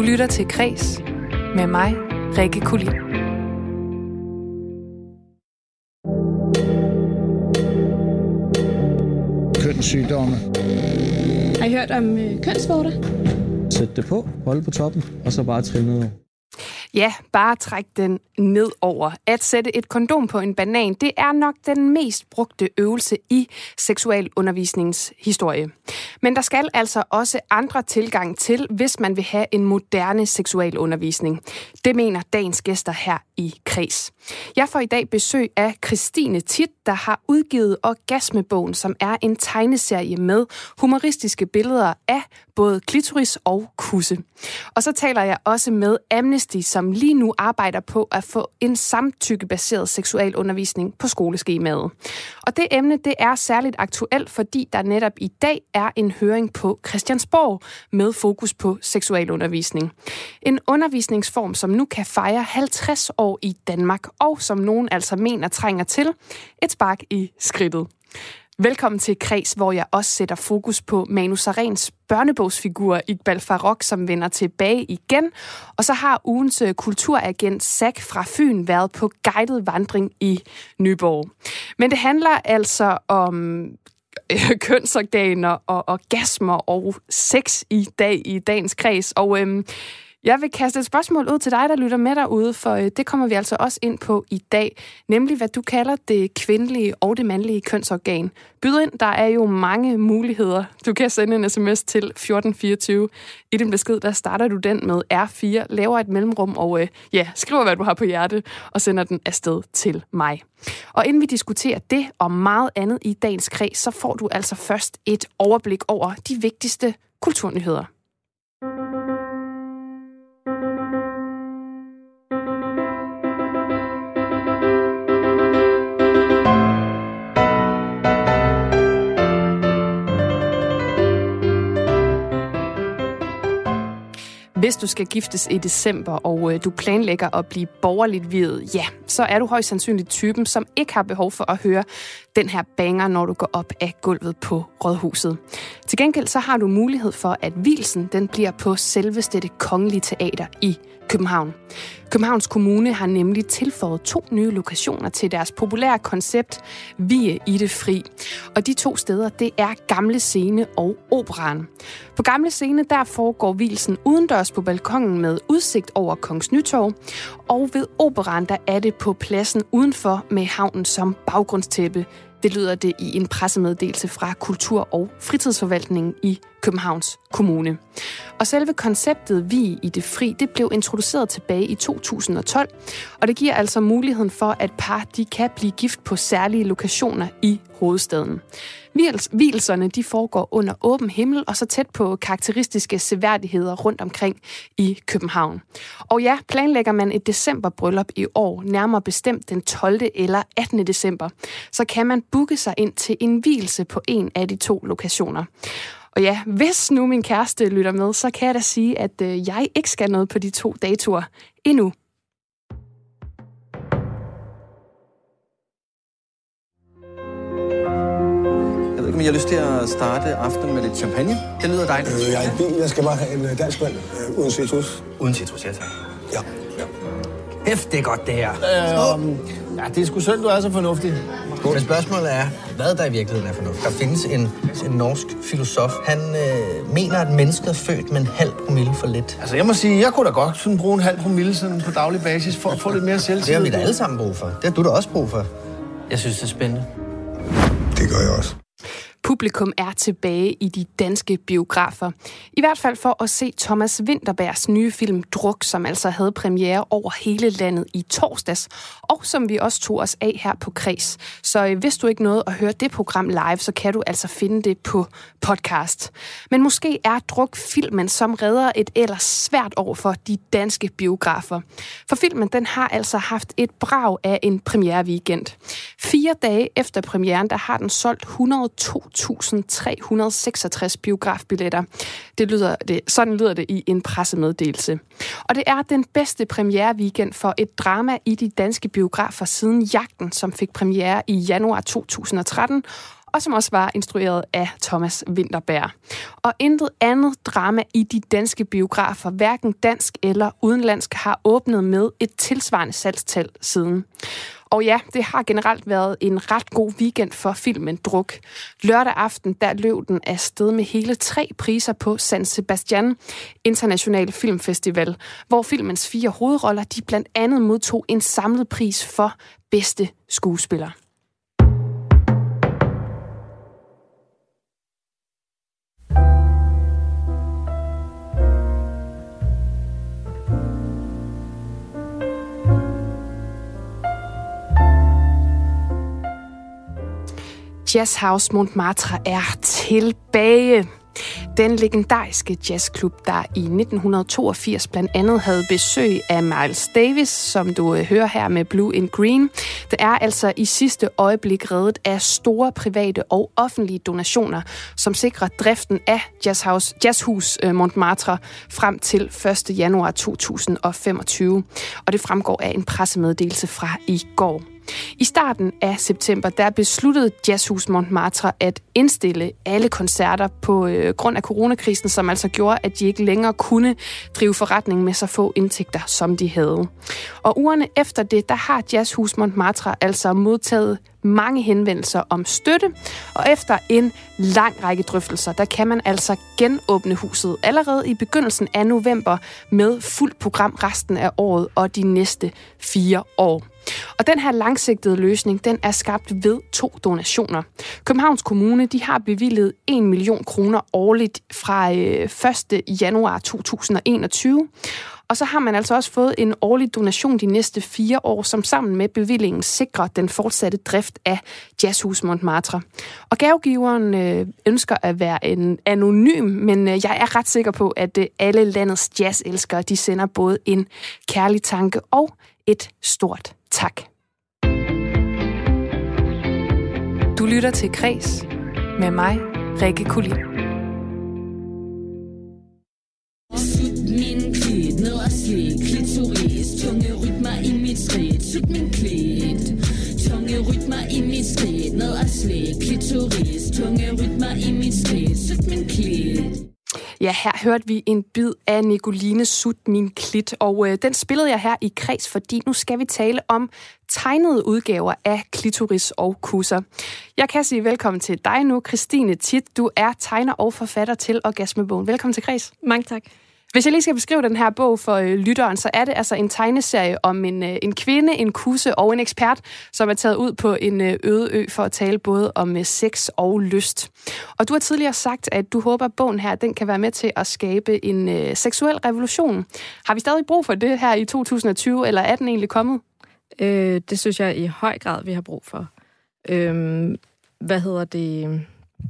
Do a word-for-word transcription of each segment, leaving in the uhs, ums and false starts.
lytter til Kres med mig, Rikke Kulin. Kønssygdomme. Har I hørt om øh, kønsvorter? Sæt det på, hold på toppen, og så bare trille ned. Ja, bare træk den ned over. At sætte et kondom på en banan, det er nok den mest brugte øvelse i seksualundervisningshistorie. Men der skal altså også andre tilgang til, hvis man vil have en moderne seksualundervisning. Det mener dagens gæster her i Kres. Jeg får i dag besøg af Christine Tidt, der har udgivet Orgasmebogen, som er en tegneserie med humoristiske billeder af både klitoris og kusse. Og så taler jeg også med Amnesty, som lige nu arbejder på at få en samtykkebaseret seksualundervisning på skoleskemaet. Og det emne, det er særligt aktuelt, fordi der netop i dag er en høring på Christiansborg med fokus på seksualundervisning. En undervisningsform, som nu kan fejre halvtreds år i Danmark, og som nogen altså mener trænger til et spark i skridtet. Velkommen til Kres, hvor jeg også sætter fokus på Manu Sareens børnebogsfigur Iqbal Farooq, som vender tilbage igen. Og så har ugens kulturagent Zach fra Fyn været på guided vandring i Nyborg. Men det handler altså om kønsorganer og orgasmer og sex i dag i dagens Kres. Og øhm, jeg vil kaste et spørgsmål ud til dig, der lytter med derude, for det kommer vi altså også ind på i dag, nemlig hvad du kalder det kvindelige og det mandlige kønsorgan. Byd ind, der er jo mange muligheder. Du kan sende en sms til fjorten fireogtyve. I din besked, der starter du den med R fire, laver et mellemrum og øh, ja, skriver, hvad du har på hjerte, og sender den afsted til mig. Og inden vi diskuterer det og meget andet i dagens Kreds, så får du altså først et overblik over de vigtigste kulturnyheder. Hvis du skal giftes i december, og øh, du planlægger at blive borgerligt viet, ja, så er du højst sandsynligt typen, som ikke har behov for at høre den her banger, når du går op af gulvet på Rådhuset. Til gengæld så har du mulighed for, at vielsen den bliver på selveste Det Kongelige Teater i København. Københavns Kommune har nemlig tilføjet to nye lokationer til deres populære koncept Vie i det fri. Og de to steder, det er Gamle Scene og Operaen. På Gamle Scene, der foregår vielsen udendørs på balkongen med udsigt over Kongens Nytorv. Og ved Operaen, der er det på pladsen udenfor med havnen som baggrundstæppe. Det lyder det i en pressemeddelelse fra Kultur- og Fritidsforvaltningen i Københavns Kommune. Og selve konceptet Vie i det fri, det blev introduceret tilbage i to tusind og tolv, og det giver altså muligheden for, at par de kan blive gift på særlige lokationer i hovedstaden. Vielserne de foregår under åben himmel og så tæt på karakteristiske seværdigheder rundt omkring i København. Og ja, planlægger man et decemberbryllup i år, nærmere bestemt den tolvte eller attende december, så kan man booke sig ind til en vielse på en af de to lokationer. Og ja, hvis nu min kæreste lytter med, så kan jeg da sige, at øh, jeg ikke skal noget på de to datoer endnu. Jeg ved ikke, om jeg har lyst til at starte aftenen med lidt champagne. Det lyder dejligt. Øh, jeg er i bil. Jeg skal bare have en dansk vand øh, uden citrus. Uden citrus, ja tak. Ja. ja. Hæft, det er godt, det her. Øh, um, ja, det er sgu synd, du er så fornuftig. Men spørgsmålet er, hvad der i virkeligheden er fornuftigt. Der findes en, en norsk filosof. Han øh, mener, at mennesket er født med en halv promille for lidt. Altså, jeg må sige, jeg kunne da godt sådan bruge en halv promille sådan på daglig basis for at få lidt mere selvtillid. Det har vi da alle sammen brug for. Det har du da også brug for. Jeg synes, det er spændende. Det gør jeg også. Publikum er tilbage i de danske biografer. I hvert fald for at se Thomas Vinterbergs nye film Druk, som altså havde premiere over hele landet i torsdags, og som vi også tog os af her på Kres. Så hvis du ikke nåede at høre det program live, så kan du altså finde det på podcast. Men måske er Druk filmen, som redder et ellers svært år for de danske biografer. For filmen, den har altså haft et brag af en premiere-weekend. Fire dage efter premieren, der har den solgt et hundrede og to tusind tre hundrede og seksogtres biografbilletter. Det lyder det, sådan lyder det i en pressemeddelelse. Og det er den bedste premiere-weekend for et drama i de danske biografer siden Jagten, som fik premiere i januar to tusind og tretten, og som også var instrueret af Thomas Vinterberg. Og intet andet drama i de danske biografer, hverken dansk eller udenlandsk, har åbnet med et tilsvarende salgstal siden. Og ja, det har generelt været en ret god weekend for filmen Druk. Lørdag aften, der løb den afsted med hele tre priser på San Sebastian International Filmfestival, hvor filmens fire hovedroller, de blandt andet modtog en samlet pris for bedste skuespiller. Jazz House Montmartre er tilbage. Den legendariske jazzklub, der i nitten toogfirs blandt andet havde besøg af Miles Davis, som du hører her med Blue in Green, det er altså i sidste øjeblik reddet af store private og offentlige donationer, som sikrer driften af Jazz House, Jazzhus Montmartre frem til første januar to tusind femogtyve. Og det fremgår af en pressemeddelelse fra i går. I starten af september, der besluttede Jazzhus Montmartre at indstille alle koncerter på øh, grund af coronakrisen, som altså gjorde, at de ikke længere kunne drive forretning med så få indtægter, som de havde. Og ugerne efter det, der har Jazzhus Montmartre altså modtaget mange henvendelser om støtte, og efter en lang række drøftelser, der kan man altså genåbne huset allerede i begyndelsen af november med fuldt program resten af året og de næste fire år. Og den her langsigtede løsning, den er skabt ved to donationer. Københavns Kommune, de har bevilget en million kroner årligt fra første januar to tusind enogtyve. Og så har man altså også fået en årlig donation de næste fire år, som sammen med bevillingen sikrer den fortsatte drift af Jazzhus Montmartre. Og gavegiveren øh, ønsker at være en anonym, men øh, jeg er ret sikker på, at øh, alle landets jazzelskere, de sender både en kærlig tanke og et stort tak. Du lytter til Kres med mig, Rikke Kulin. Ned og slik, klitoris, tunge rytmer i mit skridt, sut min klit. Tunge rytmer i mit skridt, ned og slik, klitoris, tunge rytmer i mit skridt, sut min klit. Ja, her hørte vi en bid af Nicoline Sut min klit, og øh, den spillede jeg her i Kreds, fordi nu skal vi tale om tegnede udgaver af klitoris og kusser. Jeg kan sige velkommen til dig nu, Christine Tit. Du er tegner og forfatter til Orgasmebogen. Velkommen til Kreds. Mange tak. Hvis jeg lige skal beskrive den her bog for øh, lytteren, så er det altså en tegneserie om en, øh, en kvinde, en kusse og en ekspert, som er taget ud på en øh, øde ø for at tale både om øh, sex og lyst. Og du har tidligere sagt, at du håber, at bogen her den kan være med til at skabe en øh, seksuel revolution. Har vi stadig brug for det her i to tusind tyve, eller er den egentlig kommet? Øh, det synes jeg i høj grad, vi har brug for. Øh, hvad hedder det...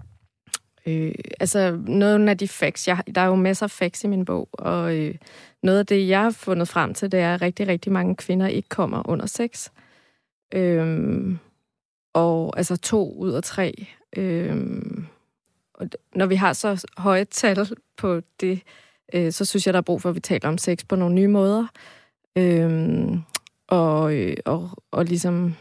Øh, altså, nogle af de facts, jeg, der er jo masser af facts i min bog, og øh, noget af det, jeg har fundet frem til, det er, at rigtig, rigtig mange kvinder ikke kommer under sex. Øh, og altså to ud af tre. Øh, og når vi har så høje tal på det, øh, så synes jeg, der er brug for, at vi taler om sex på nogle nye måder. Øh, og, øh, og, og ligesom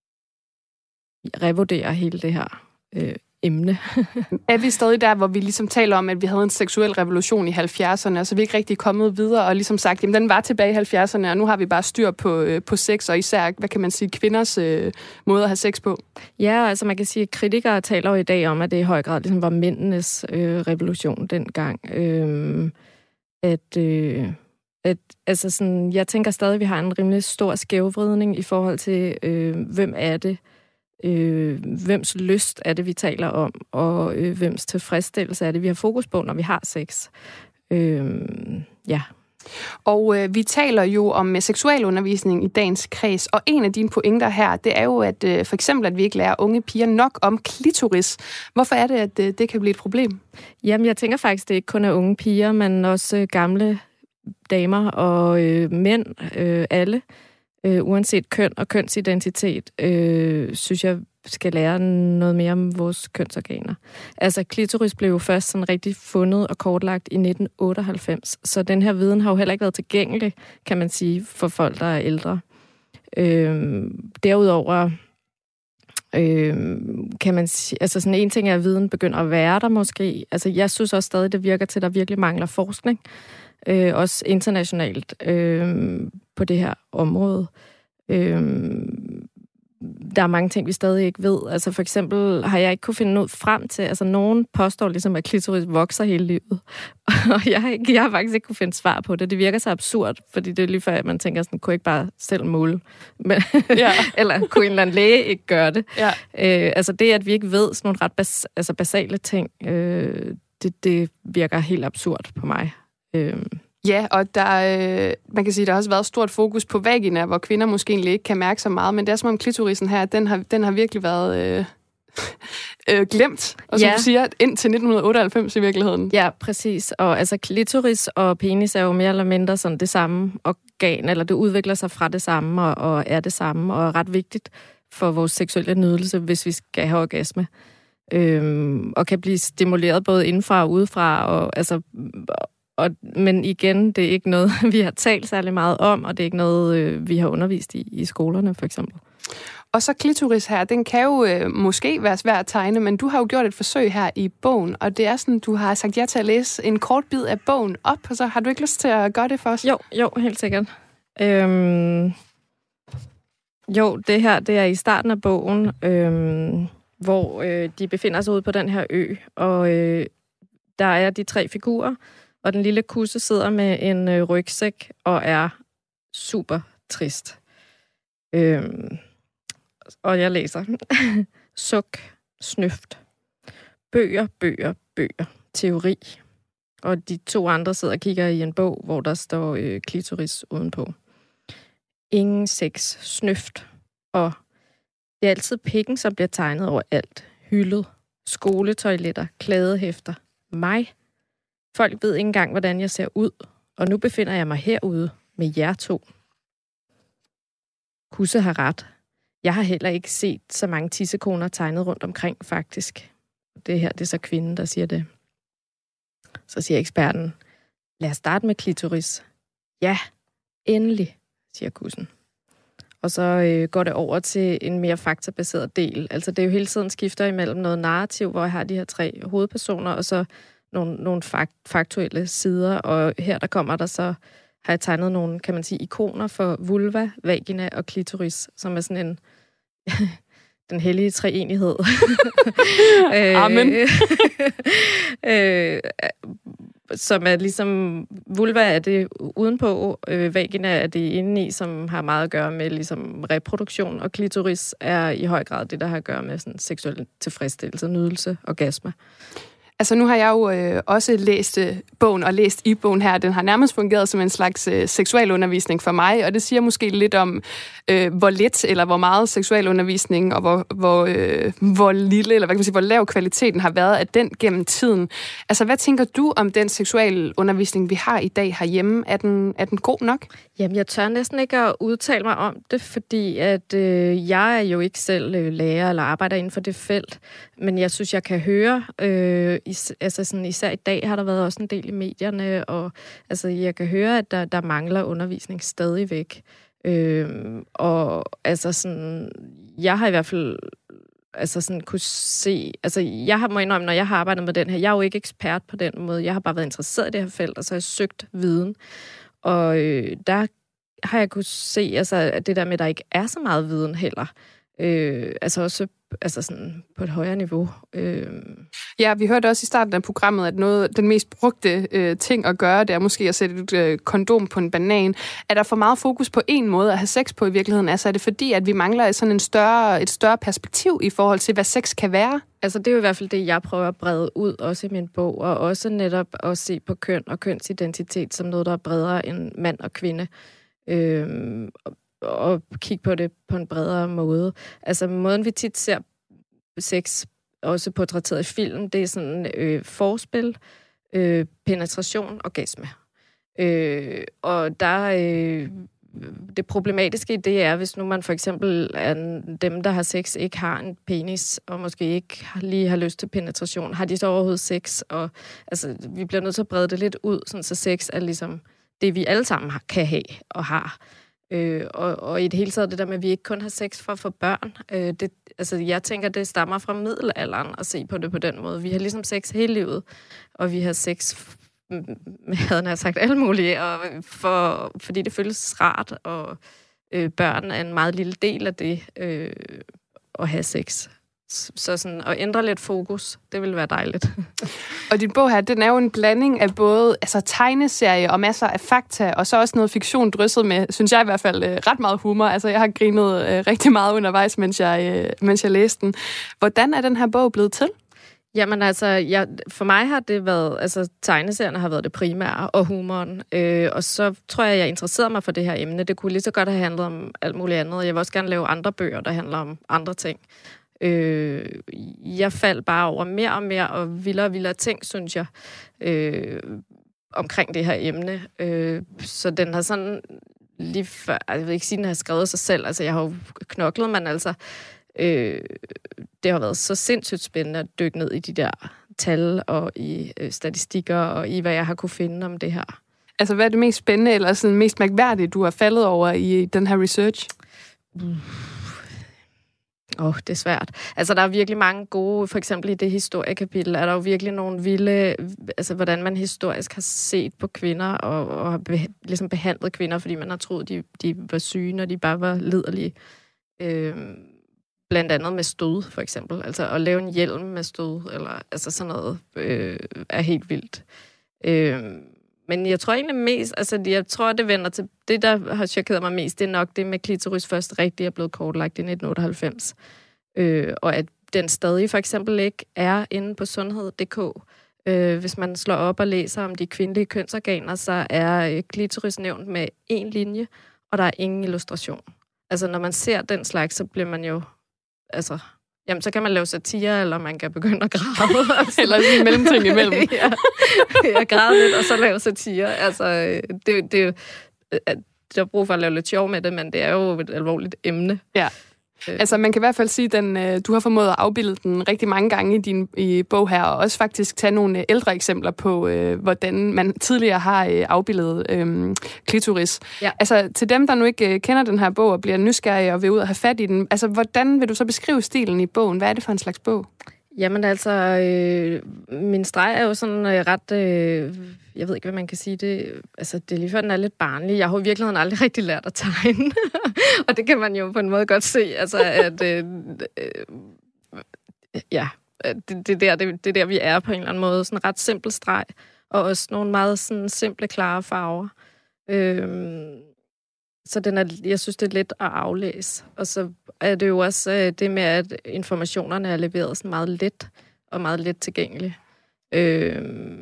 revurdere hele det her øh, emne. Er vi stadig der, hvor vi ligesom taler om, at vi havde en seksuel revolution i halvfjerdserne, og så er vi ikke rigtig kommet videre og ligesom sagt, jamen den var tilbage i halvfjerdserne, og nu har vi bare styr på, øh, på sex, og især, hvad kan man sige, kvinders øh, måde at have sex på? Ja, altså man kan sige, at kritikere taler jo i dag om, at det i høj grad ligesom var mændenes øh, revolution dengang. Øh, at, øh, at, altså sådan, jeg tænker stadig, at vi har en rimelig stor skævvridning i forhold til, øh, hvem er det, Øh, hvems lyst er det, vi taler om, og øh, hvems tilfredsstillelse er det, vi har fokus på, når vi har sex. Øh, ja. Og øh, vi taler jo om seksualundervisning i dagens kreds, og en af dine pointer her, det er jo, at øh, for eksempel, at vi ikke lærer unge piger nok om klitoris. Hvorfor er det, at øh, det kan blive et problem? Jamen, jeg tænker faktisk, det ikke kun er unge piger, men også øh, gamle damer og øh, mænd, øh, alle. Uh, uanset køn og kønsidentitet, uh, synes jeg, skal lære noget mere om vores kønsorganer. Altså, klitoris blev jo først sådan rigtig fundet og kortlagt i nitten otteoghalvfems, så den her viden har jo heller ikke været tilgængelig, kan man sige, for folk, der er ældre. Uh, derudover øh, kan man sige, altså sådan en ting er, at viden begynder at være der måske. Altså jeg synes også stadig, det virker til, at der virkelig mangler forskning, øh, også internationalt øh, på det her område. Øh, Der er mange ting, vi stadig ikke ved. Altså for eksempel har jeg ikke kunne finde noget frem til, altså nogen påstår ligesom, at klitoris vokser hele livet. Og jeg har, ikke, jeg har faktisk ikke kunne finde svar på det. Det virker så absurd, fordi det er lige før, at man tænker sådan, kunne jeg ikke bare selv måle? Men, ja. Eller kunne en eller anden læge ikke gøre det? Ja. Øh, altså det, at vi ikke ved sådan nogle ret bas, altså basale ting, øh, det, det virker helt absurd på mig. Øh. Ja, og der, øh, man kan sige, der har også været stort fokus på vagina, hvor kvinder måske egentlig ikke kan mærke så meget, men det er som om klitorisen her, den har, den har virkelig været øh, øh, glemt, og som ja. du siger, indtil nitten otteoghalvfems i virkeligheden. Ja, præcis. Og altså klitoris og penis er jo mere eller mindre sådan det samme organ, eller det udvikler sig fra det samme, og, og er det samme, og er ret vigtigt for vores seksuelle nydelse, hvis vi skal have orgasme. Øhm, og kan blive stimuleret både indenfra og udefra, og altså... Og, men igen, det er ikke noget, vi har talt særlig meget om, og det er ikke noget, øh, vi har undervist i, i skolerne, for eksempel. Og så klitoris her, den kan jo øh, måske være svær at tegne, men du har jo gjort et forsøg her i bogen, og det er sådan, du har sagt ja til at læse en kort bid af bogen op, og så har du ikke lyst til at gøre det for os? Jo, jo, helt sikkert. Øhm, jo, det her, det er i starten af bogen, øhm, hvor øh, de befinder sig ude på den her ø, og øh, der er de tre figurer, og den lille kusse sidder med en øh, rygsæk og er super trist. Øhm, og jeg læser. Suk, snøft. Bøger, bøger, bøger. Teori. Og de to andre sidder og kigger i en bog, hvor der står øh, klitoris udenpå. Ingen sex, snøft. Og det er altid pikken, som bliver tegnet over alt. Hyldet. Skoletoiletter, kladehæfter. Mig. Folk ved ikke engang, hvordan jeg ser ud, og nu befinder jeg mig herude med jer to. Kusse har ret. Jeg har heller ikke set så mange tissekoner tegnet rundt omkring, faktisk. Det her, det er så kvinden, der siger det. Så siger eksperten, lad os starte med klitoris. Ja, endelig, siger kussen. Og så øh, går det over til en mere faktabaseret del. Altså det er jo hele tiden skifter imellem noget narrativ, hvor jeg har de her tre hovedpersoner, og så nogle, nogle fakt, faktuelle sider, og her der kommer der så, har jeg tegnet nogle, kan man sige, ikoner for vulva, vagina og klitoris, som er sådan en, den hellige treenighed. Amen. øh, som er ligesom, vulva er det udenpå, øh, vagina er det indeni, som har meget at gøre med ligesom reproduktion, og klitoris er i høj grad det, der har at gøre med sådan seksuel tilfredsstillelse, nydelse, orgasme. Altså nu har jeg jo øh, også læst øh, bogen og læst i bogen her. Den har nærmest fungeret som en slags øh, seksualundervisning for mig, og det siger måske lidt om, øh, hvor lidt eller hvor meget seksualundervisning og hvor, hvor, øh, hvor lille, eller hvad kan man sige, hvor lav kvaliteten har været af den gennem tiden. Altså hvad tænker du om den seksualundervisning, vi har i dag herhjemme? Er den, er den god nok? Jamen jeg tør næsten ikke at udtale mig om det, fordi at øh, jeg er jo ikke selv øh, lærer eller arbejder inden for det felt, men jeg synes, jeg kan høre... Øh, Is, altså sådan, især i dag har der været også en del i medierne, og altså, jeg kan høre, at der, der mangler undervisning stadigvæk. Øhm, og altså sådan, jeg har i hvert fald altså sådan kunne se, altså jeg har, må indrømme, når jeg har arbejdet med den her, jeg er jo ikke ekspert på den måde, jeg har bare været interesseret i det her felt, og så har jeg søgt viden. Og øh, der har jeg kunne se, altså, at det der med, at der ikke er så meget viden heller, øh, altså også altså sådan på et højere niveau. Øh. Ja, vi hørte også i starten af programmet, at noget den mest brugte øh, ting at gøre, det er måske at sætte et øh, kondom på en banan. Er der for meget fokus på en måde at have sex på i virkeligheden? Altså er det fordi, at vi mangler sådan en større, et større perspektiv i forhold til, hvad sex kan være? Altså det er jo i hvert fald det, jeg prøver at brede ud, også i min bog, og også netop at se på køn og kønsidentitet som noget, der er bredere end mand og kvinde. Øh, og kigge på det på en bredere måde. Altså måden, vi tit ser sex, også portrætteret i film, det er sådan øh, forspil, øh, penetration, orgasme. Øh, og der øh, det problematiske i det er, hvis nu man for eksempel er dem, der har sex, ikke har en penis, og måske ikke lige har lyst til penetration, har de så overhovedet sex? Og altså, vi bliver nødt til at brede det lidt ud, sådan, så sex er ligesom det, vi alle sammen kan have og har. Øh, og, og i det hele taget det der med, at vi ikke kun har sex for at få børn. Øh, det, altså, jeg tænker, det stammer fra middelalderen at se på det på den måde. Vi har ligesom sex hele livet, og vi har sex, havde jeg sagt, alle mulige, og for, fordi det føles rart, og øh, børn er en meget lille del af det øh, at have sex. Så sådan, at ændre lidt fokus, det ville være dejligt. Og din bog her, den er jo en blanding af både altså, tegneserie og masser af fakta, og så også noget fiktion drysset med, synes jeg i hvert fald, ret meget humor. Altså, jeg har grinet øh, rigtig meget undervejs, mens jeg, øh, mens jeg læste den. Hvordan er den her bog blevet til? Jamen altså, jeg, for mig har det været, altså tegneserierne har været det primære, og humoren. Øh, og så tror jeg, jeg interesserede mig for det her emne. Det kunne lige så godt have handlet om alt muligt andet. Jeg vil også gerne lave andre bøger, der handler om andre ting. Øh, jeg faldt bare over mere og mere og vildere og vildere ting, synes jeg, øh, omkring det her emne. Øh, så den har sådan lige før, jeg vil ikke sige, den har skrevet sig selv, altså jeg har jo knoklet, men altså øh, det har været så sindssygt spændende at dykke ned i de der tal og i øh, statistikker og i, hvad jeg har kunne finde om det her. Altså, hvad er det mest spændende eller sådan mest mærkværdige, du har faldet over i den her research? Mm. Åh, oh, det er svært. Altså, der er virkelig mange gode, for eksempel i det historiekapitel, er der jo virkelig nogle vilde, altså, hvordan man historisk har set på kvinder, og, og har be, ligesom behandlet kvinder, fordi man har troet, de, de var syge, når de bare var liderlige. Øh, blandt andet med stød, for eksempel. Altså, at lave en hjelm med stød, eller altså sådan noget, øh, er helt vildt. Øh, men jeg tror egentlig mest, altså, jeg tror, det vender til, det, der har chokeret mig mest, det er nok det med klitoris først rigtig er blevet kortlagt i nitten otteoghalvfems. Øh, og at den stadig for eksempel ikke er inde på sundhed punktum d k. Øh, hvis man slår op og læser om de kvindelige kønsorganer, så er klitoris nævnt med én linje, og der er ingen illustration. Altså, når man ser den slags, så bliver man jo, altså, jamen, så kan man lave satire, eller man kan begynde at græde. Altså. Eller en mellemting imellem. ja, jeg græder lidt, og så lave satire. Altså, det, det, der er brug for at lave lidt sjov med det, men det er jo et alvorligt emne. Ja. Altså, man kan i hvert fald sige, at du har formået at afbilde den rigtig mange gange i din i bog her, og også faktisk tage nogle ældre eksempler på, øh, hvordan man tidligere har øh, afbildet øh, klitoris. Ja. Altså, til dem, der nu ikke øh, kender den her bog og bliver nysgerrige og vil ud og have fat i den, altså, hvordan vil du så beskrive stilen i bogen? Hvad er det for en slags bog? Jamen altså, øh, min streg er jo sådan øh, ret, øh, jeg ved ikke, hvad man kan sige, det, altså det er lige før, den er lidt barnlig. Jeg har jo i virkeligheden aldrig rigtig lært at tegne, og det kan man jo på en måde godt se, altså at, øh, øh, ja, det, det, der, det, det der, vi er på en eller anden måde, sådan en ret simpel streg, og også nogle meget sådan simple, klare farver. Øh, Så den er, jeg synes, det er let at aflæse. Og så er det jo også øh, det med, at informationerne er leveret sådan meget let og meget let tilgængeligt. Øh,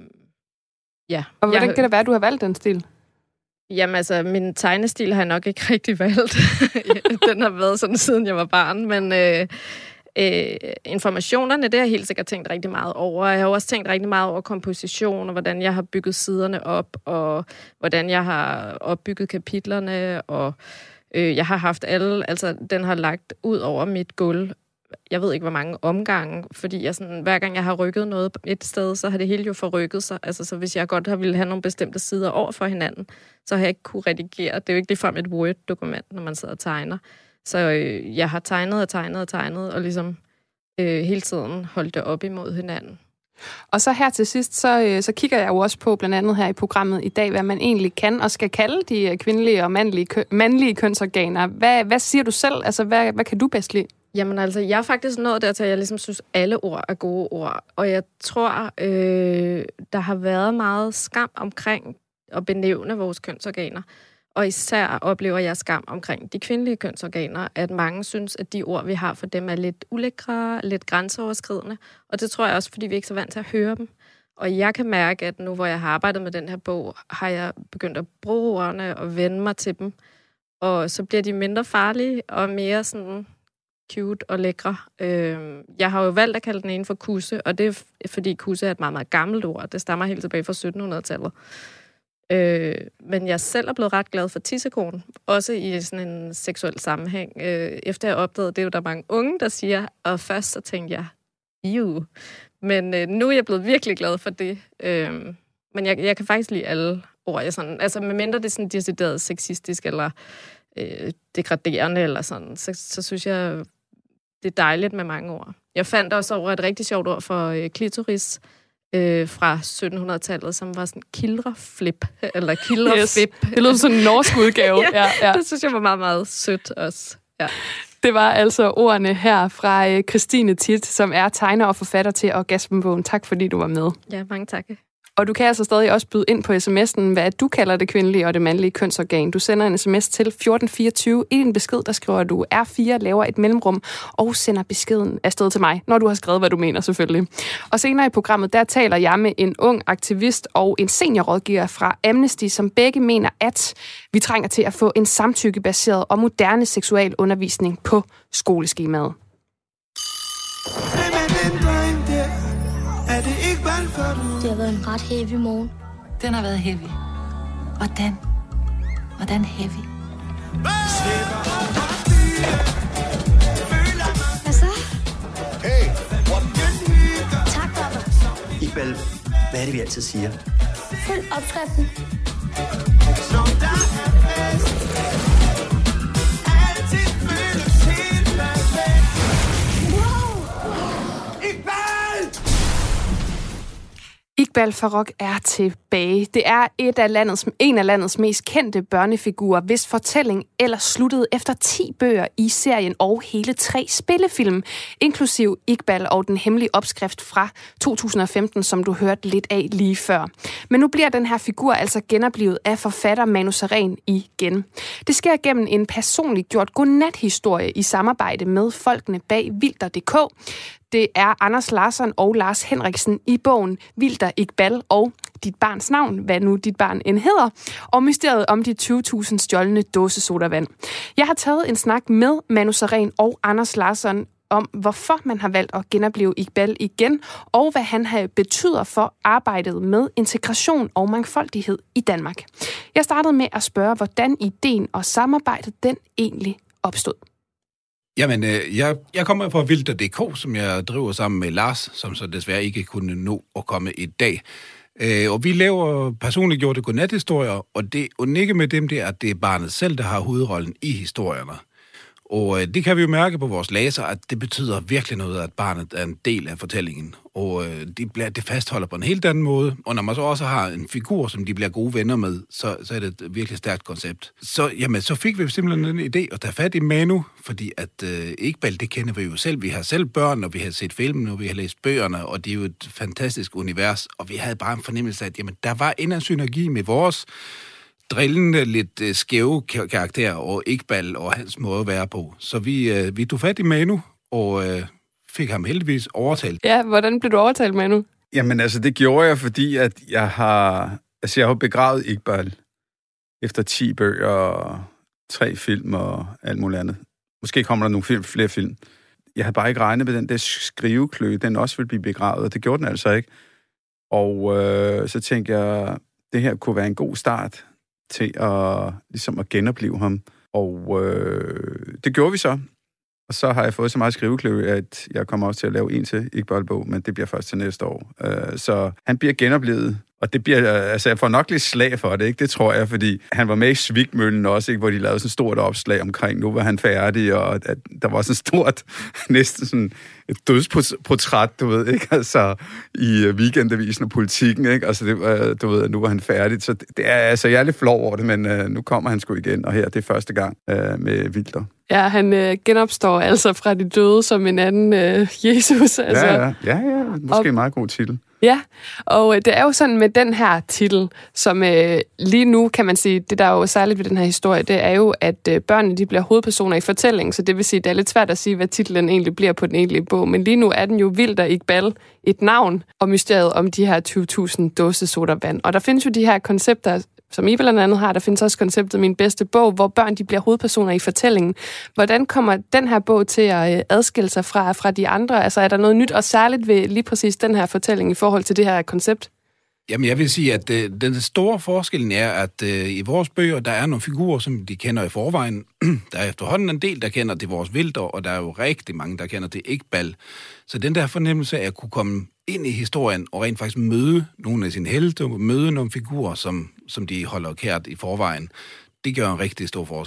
ja. Og hvordan jeg, kan det være, at du har valgt den stil? Jamen altså, min tegnestil har jeg nok ikke rigtig valgt. Den har været sådan, siden jeg var barn. Men øh, øh, informationerne, det har jeg helt sikkert tænkt rigtig meget over. Jeg har også tænkt rigtig meget over komposition, og hvordan jeg har bygget siderne op, og hvordan jeg har opbygget kapitlerne, og øh, jeg har haft alle, altså den har lagt ud over mit gulv. Jeg ved ikke, hvor mange omgange, fordi jeg sådan, hver gang jeg har rykket noget et sted, så har det hele jo forrykket sig. Altså, så hvis jeg godt har ville have nogle bestemte sider over for hinanden, så har jeg ikke kunne redigere. Det er jo ikke ligefrem et Word-dokument, når man sidder og tegner. Så øh, jeg har tegnet og tegnet og tegnet, og ligesom øh, hele tiden holdt det op imod hinanden. Og så her til sidst, så, øh, så kigger jeg jo også på, blandt andet her i programmet i dag, hvad man egentlig kan og skal kalde de kvindelige og mandlige, kø- mandlige kønsorganer. Hvad, hvad siger du selv? Altså, hvad, hvad kan du bedst lide? Jamen altså, jeg er faktisk nået dertil, at jeg ligesom synes, alle ord er gode ord. Og jeg tror, øh, der har været meget skam omkring at benævne vores kønsorganer. Og især oplever jeg skam omkring de kvindelige kønsorganer, at mange synes, at de ord, vi har for dem, er lidt ulækre, lidt grænseoverskridende. Og det tror jeg også, fordi vi ikke er så vant til at høre dem. Og jeg kan mærke, at nu hvor jeg har arbejdet med den her bog, har jeg begyndt at bruge ordene og vende mig til dem. Og så bliver de mindre farlige og mere sådan cute og lækre. Jeg har jo valgt at kalde den ene for kusse, og det er fordi kusse er et meget, meget gammelt ord. Det stammer helt tilbage fra sytten hundrede-tallet. Øh, men jeg selv er blevet ret glad for tissekone, også i sådan en seksuel sammenhæng. Øh, efter jeg opdagede, det er jo der mange unge, der siger, og først så tænkte jeg, Iu. Men øh, nu er jeg blevet virkelig glad for det. Øh, men jeg, jeg kan faktisk lide alle ord. Jeg sådan, altså medmindre det er sådan decideret sexistisk, eller øh, degraderende eller sådan, så, så synes jeg, det er dejligt med mange ord. Jeg fandt også over et rigtig sjovt ord for øh, klitoris øh, fra sytten hundrede-tallet, som var sådan kildreflip, eller kildreflip. Yes. Det lød sådan en norsk udgave. ja, ja, ja. Det synes jeg var meget, meget sødt også. Ja. Det var altså ordene her fra øh, Christine Tit, som er tegner og forfatter til Orgasmebogen. Tak fordi du var med. Ja, mange tak. Og du kan altså stadig også byde ind på sms'en, hvad du kalder det kvindelige og det mandlige kønsorgan. Du sender en sms til fjorten fireogtyve. I din besked, der skriver du R fire, laver et mellemrum og sender beskeden afsted til mig, når du har skrevet, hvad du mener selvfølgelig. Og senere i programmet, der taler jeg med en ung aktivist og en seniorrådgiver fra Amnesty, som begge mener, at vi trænger til at få en samtykkebaseret og moderne seksualundervisning på skoleskemaet. Det har været en ret heavy morgen. Den har været heavy. Hvordan? Hvordan heavy? Hvad så? Hey! Tak, papa. Iqbal, hvad er det, vi altid siger? Følg opskriften. Iqbal Farooq er tilbage. Det er et af landets, en af landets mest kendte børnefigurer, hvis fortælling ellers sluttede efter ti bøger i serien og hele tre spillefilm, inklusiv Iqbal og den hemmelige opskrift fra to tusind og femten, som du hørte lidt af lige før. Men nu bliver den her figur altså genoplevet af forfatter Manu Sareen igen. Det sker gennem en personligt gjort godnat-historie i samarbejde med folkene bag Vilder punktum d k. Det er Anders Larsson og Lars Henriksen i bogen Vilder, Iqbal og dit barns navn, hvad nu dit barn end hedder, og mysteriet om de tyve tusind stjålne dåsesodavand. Jeg har taget en snak med Manu Sareen og Anders Larsson om, hvorfor man har valgt at genopleve Iqbal igen, og hvad han har betyder for arbejdet med integration og mangfoldighed i Danmark. Jeg startede med at spørge, hvordan ideen og samarbejdet den egentlig opstod. Jamen, øh, jeg, jeg kommer fra Vilder punktum d k, som jeg driver sammen med Lars, som så desværre ikke kunne nå at komme i dag. Øh, og vi laver personligt gjorte godnathistorier, og det unikke med dem, det er, at det er barnet selv, der har hovedrollen i historierne. Og øh, det kan vi jo mærke på vores læser, at det betyder virkelig noget, at barnet er en del af fortællingen. Og øh, det, bliver, det fastholder på en helt anden måde. Og når man så også har en figur, som de bliver gode venner med, så, så er det et virkelig stærkt koncept. Så, jamen, så fik vi simpelthen en idé at tage fat i Manu, fordi at øh, Iqbal, det kender vi jo selv. Vi har selv børn, og vi har set filmen, og vi har læst bøgerne, og det er jo et fantastisk univers. Og vi havde bare en fornemmelse af, at jamen, der var en af synergi med vores drillende, lidt øh, skæve karakterer, og Iqbal og hans måde at være på. Så vi, øh, vi tog fat i Manu, og øh, fik ham heldigvis overtalt. Ja, hvordan blev du overtalt, Manu? Jamen altså, det gjorde jeg, fordi at jeg har, altså, jeg har begravet Iqbal efter ti bøger og tre film og alt muligt andet. Måske kommer der nogle film, flere film. Jeg havde bare ikke regnet med den der skrivekløe, den også ville blive begravet, og det gjorde den altså ikke. Og øh, så tænkte jeg, det her kunne være en god start til at, ligesom at genopleve ham. Og øh, det gjorde vi så. Og så har jeg fået så meget skrivekløve, at jeg kommer også til at lave en til Iqbal-bog, men det bliver først til næste år. Øh, så han bliver genoplevet, og det bliver, altså jeg får nok lidt slag for det, ikke? Det tror jeg, fordi han var med i Svigmøllen også, ikke? Hvor de lavede sådan et stort opslag omkring, nu var han færdig, og at der var sådan et stort, næsten sådan et dødsportræt, du ved, ikke? Altså i Weekendavisen og Politikken, ikke? Altså det var, du ved, nu var han færdig. Så det er, altså jeg er lidt flov over det, men uh, nu kommer han sgu igen, og her det er første gang uh, med Vilder. Ja, han øh, genopstår altså fra de døde som en anden øh, Jesus. Altså. Ja, ja, ja, ja. Måske og, en meget god titel. Ja, og øh, det er jo sådan med den her titel, som øh, lige nu kan man sige, det der er jo særligt ved den her historie, det er jo, at øh, børnene de bliver hovedpersoner i fortællingen, så det vil sige, det er lidt svært at sige, hvad titlen egentlig bliver på den egentlige bog, men lige nu er den jo Vilder Iqbal, et navn, og mysteriet om de her tyve tusind dåsesodavand. Og der findes jo de her koncepter, som I blandt andet har. Der findes også konceptet Min bedste bog, hvor børn de bliver hovedpersoner i fortællingen. Hvordan kommer den her bog til at adskille sig fra, fra de andre? Altså er der noget nyt og særligt ved lige præcis den her fortælling i forhold til det her koncept? Jamen jeg vil sige, at øh, den store forskellen er, at øh, i vores bøger, der er nogle figurer, som de kender i forvejen. Der er efterhånden en del, der kender til vores Vilder, og der er jo rigtig mange, der kender til Iqbal. Så den der fornemmelse af at kunne komme ind i historien og rent faktisk møde nogle af sine helte, møde nogle figurer, som, som de holder kært i forvejen, det gør en rigtig stor forskel.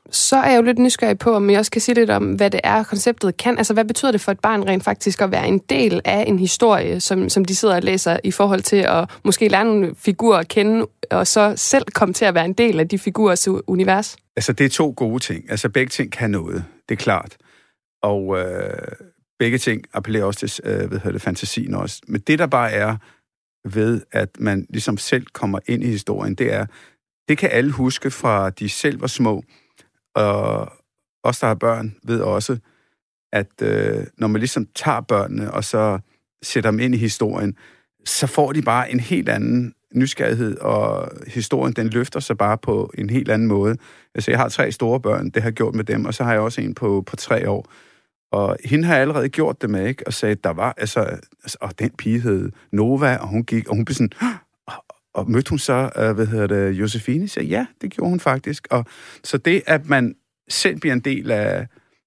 Så er jeg jo lidt nysgerrig på, om jeg også kan sige lidt om, hvad det er, konceptet kan. Altså, hvad betyder det for et barn rent faktisk at være en del af en historie, som, som de sidder og læser, i forhold til at måske lære nogle figurer at kende, og så selv komme til at være en del af de figurers univers? Altså, det er to gode ting. Altså, begge ting kan noget. Det er klart. Og øh, begge ting appellerer også til, øh, hvad hedder det, fantasien også. Men det, der bare er ved, at man ligesom selv kommer ind i historien, det er, det kan alle huske fra de selv var små, og os, der har børn, ved også, at øh, når man ligesom tager børnene, og så sætter dem ind i historien, så får de bare en helt anden nysgerrighed, og historien, den løfter sig bare på en helt anden måde. Altså, jeg har tre store børn, det har jeg gjort med dem, og så har jeg også en på, på tre år. Og hende har jeg allerede gjort det med, ikke? Og sagde, der var, altså, altså og den pige hed Nova, og hun gik, og hun blev sådan, og, og mødte hun så, øh, hvad hedder det, Josefine? Så ja, det gjorde hun faktisk. Og så det, at man selv bliver en del af,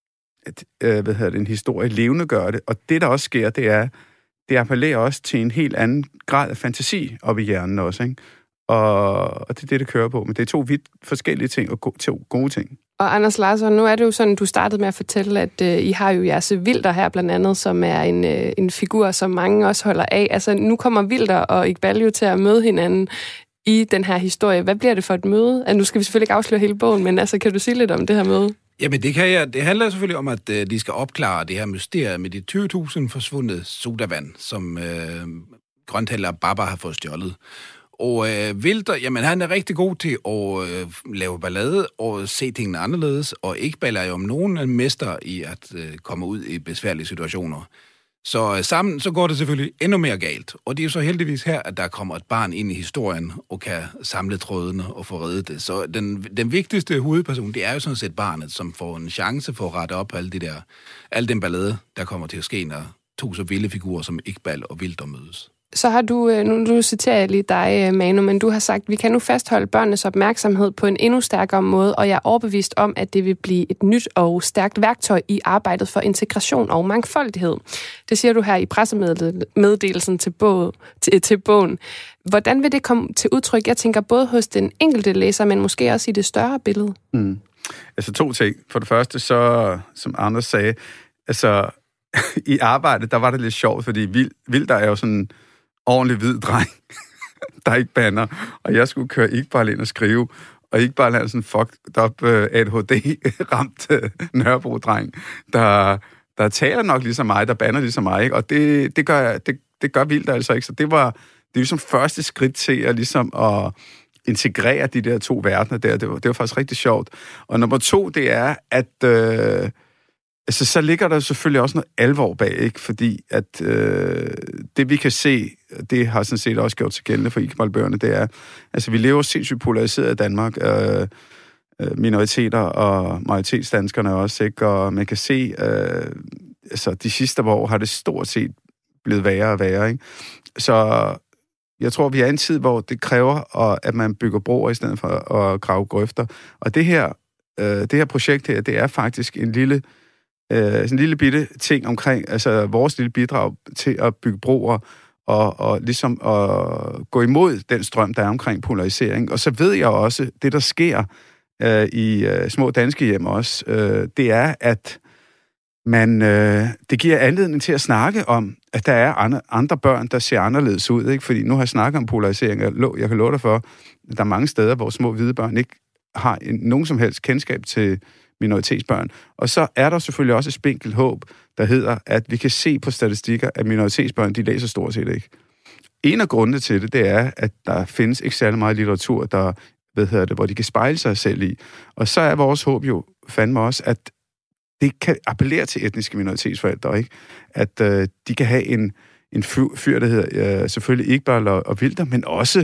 et, øh, hvad hedder det, en historie, levende gør det, og det, der også sker, det er, det appellerer også til en helt anden grad af fantasi op i hjernen også, ikke? Og, og det er det, det kører på. Men det er to vidt forskellige ting, og go- to gode ting. Og Anders Larsson, nu er det jo sådan, du startede med at fortælle, at øh, I har jo jeres Wilder her blandt andet, som er en, øh, en figur, som mange også holder af. Altså, nu kommer Wilder og Iqbal jo til at møde hinanden i den her historie. Hvad bliver det for et møde? Altså, nu skal vi selvfølgelig ikke afsløre hele bogen, men altså, kan du sige lidt om det her møde? Jamen, det kan jeg. Det handler selvfølgelig om, at øh, de skal opklare det her mysterie med de tyve tusind forsvundne sodavand, som øh, grønthandler Baba har fået stjålet. Og øh, Wilder, jamen han er rigtig god til at øh, lave ballade og se tingene anderledes, og Iqbal er jo om nogen en mester i at øh, komme ud i besværlige situationer. Så øh, sammen så går det selvfølgelig endnu mere galt. Og det er jo så heldigvis her, at der kommer et barn ind i historien og kan samle trådene og få reddet det. Så den, den vigtigste hovedperson, det er jo sådan set barnet, som får en chance for at rette op på alle de der, alle den ballade, der kommer til at ske, når to så vilde figurer som Iqbal og Wilder mødes. Så har du, nu, nu citerer jeg lige dig, Manu, men du har sagt, vi kan nu fastholde børnenes opmærksomhed på en endnu stærkere måde, og jeg er overbevist om, at det vil blive et nyt og stærkt værktøj i arbejdet for integration og mangfoldighed. Det siger du her i pressemeddelelsen til, bog, til, til bogen. Hvordan vil det komme til udtryk? Jeg tænker både hos den enkelte læser, men måske også i det større billede. Mm. Altså to ting. For det første, så, som Anders sagde, altså i arbejdet, der var det lidt sjovt, fordi Wilder er jo sådan ordentlig hvid dreng, der ikke bander, og jeg skulle køre Iqbal ind og skrive, og Iqbal er sådan en fucked up uh, A D H D-ramt uh, Nørrebro-dreng, der, der taler nok ligesom mig, der bander ligesom mig, ikke? Og det, det, gør, det, det gør Wilder altså ikke, så det var det er ligesom første skridt til at, ligesom at integrere de der to verdener der, det var, det var faktisk rigtig sjovt. Og nummer to, det er, at øh, altså, så ligger der selvfølgelig også noget alvor bag, ikke? Fordi at øh, det, vi kan se, det har sådan set også gjort sig gældende for Iqbal-bøgerne, det er, altså, vi lever sindssygt polariseret i Danmark, øh, minoriteter og majoritetsdanskerne også, ikke? Og man kan se, øh, altså, de sidste år har det stort set blevet værre og værre, ikke? Så jeg tror, vi er i en tid, hvor det kræver, at man bygger broer i stedet for at grave grøfter. Og det her, øh, det her projekt her, det er faktisk en lille Øh, sådan en lille bitte ting omkring, altså vores lille bidrag til at bygge broer og, og ligesom at gå imod den strøm, der er omkring polarisering. Og så ved jeg også, det der sker øh, i øh, små danske hjem også, øh, det er, at man, øh, det giver anledning til at snakke om, at der er andre, andre børn, der ser anderledes ud, ikke? Fordi nu har jeg snakket om polarisering, jeg, lo, jeg kan love dig for, at der er mange steder, hvor små hvide børn ikke har en, nogen som helst kendskab til minoritetsbørn. Og så er der selvfølgelig også et spinkelt håb, der hedder, at vi kan se på statistikker, at minoritetsbørn, de læser stort set ikke. En af grundene til det, det er, at der findes ikke særlig meget litteratur, der, hvad hedder det, hvor de kan spejle sig selv i. Og så er vores håb jo fandme også, at det kan appellere til etniske minoritetsforældre, ikke? At øh, de kan have en, en fyr, der hedder øh, selvfølgelig Iqbal og, og Wilder, men også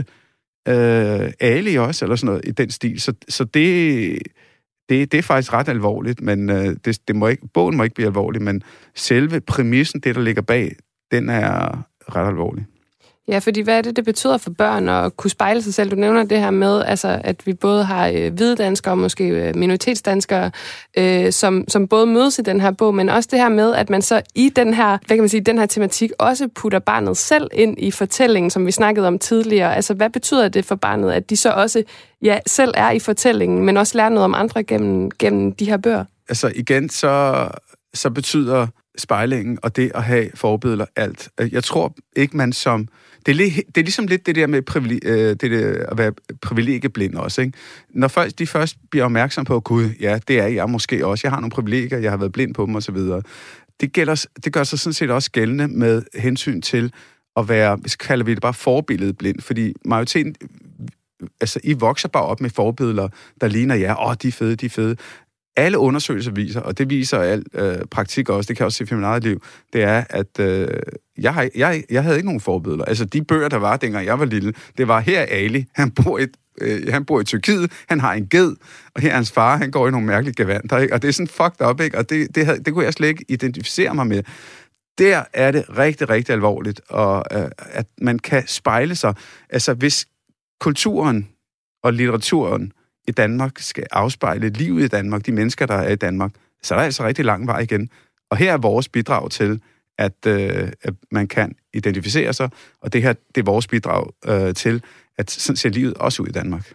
øh, Ali også, eller sådan noget i den stil. Så, så det... Det, det er faktisk ret alvorligt, men øh, det, det må ikke, bogen må ikke blive alvorlig, men selve præmissen, det der ligger bag, den er ret alvorlig. Ja, fordi hvad er det, det betyder for børn at kunne spejle sig selv? Du nævner det her med, altså, at vi både har øh, hvide danskere og måske øh, minoritetsdanskere, øh, som, som både mødes i den her bog, men også det her med, at man så i den her, hvad kan man sige, den her tematik også putter barnet selv ind i fortællingen, som vi snakkede om tidligere. Altså, hvad betyder det for barnet, at de så også ja, selv er i fortællingen, men også lærer noget om andre gennem, gennem de her bøger? Altså igen, så, så betyder spejlingen og det at have forbilleder alt. Jeg tror ikke, man som... Det er, li- det er ligesom lidt det der med privile- øh, det der at være privilegieblind også, ikke? Når folk de først bliver opmærksom på, gud, ja, det er jeg måske også. Jeg har nogle privilegier, jeg har været blind på dem osv. Det, gælder, det gør sig sådan set også gældende med hensyn til at være, hvis kalder vi det bare forbilledblind, fordi majoriteten, altså I vokser bare op med forbilleder, der ligner jer. Åh, oh, de er fede, de er fede. Alle undersøgelser viser, og det viser al øh, praktik også, det kan jeg også se for mit eget liv, det er, at øh, jeg, har, jeg, jeg havde ikke nogen forbilleder. Altså, de bøger, der var, dengang jeg var lille, det var, her Ali, han bor i, øh, han bor i Tyrkiet, han har en ged, og her er hans far, han går i nogle mærkelige gavanter, ikke? Og det er sådan fucked up, ikke? Og det, det, havde, det kunne jeg slet ikke identificere mig med. Der er det rigtig, rigtig alvorligt, og øh, at man kan spejle sig. Altså, hvis kulturen og litteraturen i Danmark skal afspejle livet i Danmark, de mennesker, der er i Danmark, så er der altså rigtig lang vej igen. Og her er vores bidrag til, at, øh, at man kan identificere sig, og det her det er vores bidrag øh, til, at sådan ser livet også ud i Danmark.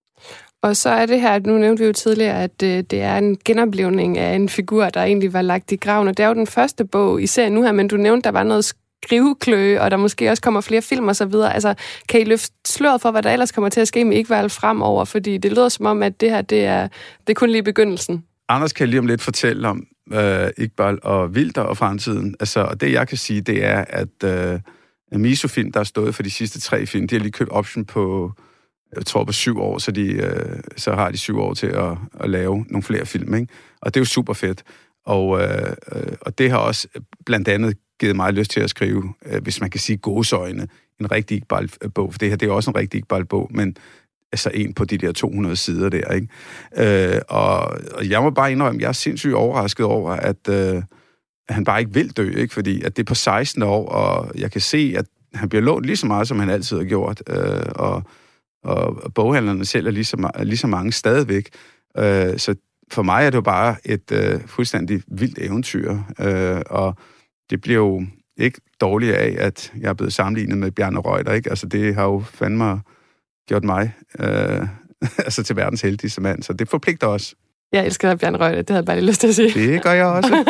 Og så er det her, nu nævnte vi jo tidligere, at øh, det er en genoplevning af en figur, der egentlig var lagt i graven, og det er jo den første bog i serien nu her, men du nævnte, der var noget skrivekløe, og der måske også kommer flere film og så videre. Altså, kan I løfte sløret for, hvad der ellers kommer til at ske med Iqbal fremover? Fordi det lyder som om, at det her, det er, det er kun lige begyndelsen. Anders kan lige om lidt fortælle om øh, Iqbal og Wilder og fremtiden. Altså, og det jeg kan sige, det er, at øh, Miso-film, der er stået for de sidste tre film, de har lige købt option på, jeg tror på syv år, så, de, øh, så har de syv år til at, at lave nogle flere film, ikke? Og det er jo super fedt. Og, øh, og det har også blandt andet givet mig lyst til at skrive, øh, hvis man kan sige gåseøjne, en rigtig Iqbal-bog. For det her, det er også en rigtig Iqbal-bog, men altså en på de der to hundrede sider der, ikke? Øh, og, og jeg må bare indrømme, jeg er sindssygt overrasket over, at, øh, at han bare ikke vil dø, ikke? Fordi at det er på seksten år, og jeg kan se, at han bliver lånt lige så meget, som han altid har gjort, øh, og, og boghandlerne selv er lige så, lige så mange stadigvæk. Øh, så for mig er det jo bare et øh, fuldstændig vildt eventyr, øh, og det bliver jo ikke dårligt af, at jeg er blevet sammenlignet med Bjarne Reuter, ikke? Altså, det har jo fandme gjort mig øh, altså til verdens heldigste mand, så det forpligter os. Jeg elsker dig, Bjarne Reuter, det havde jeg bare lige lyst til at sige. Det gør jeg også.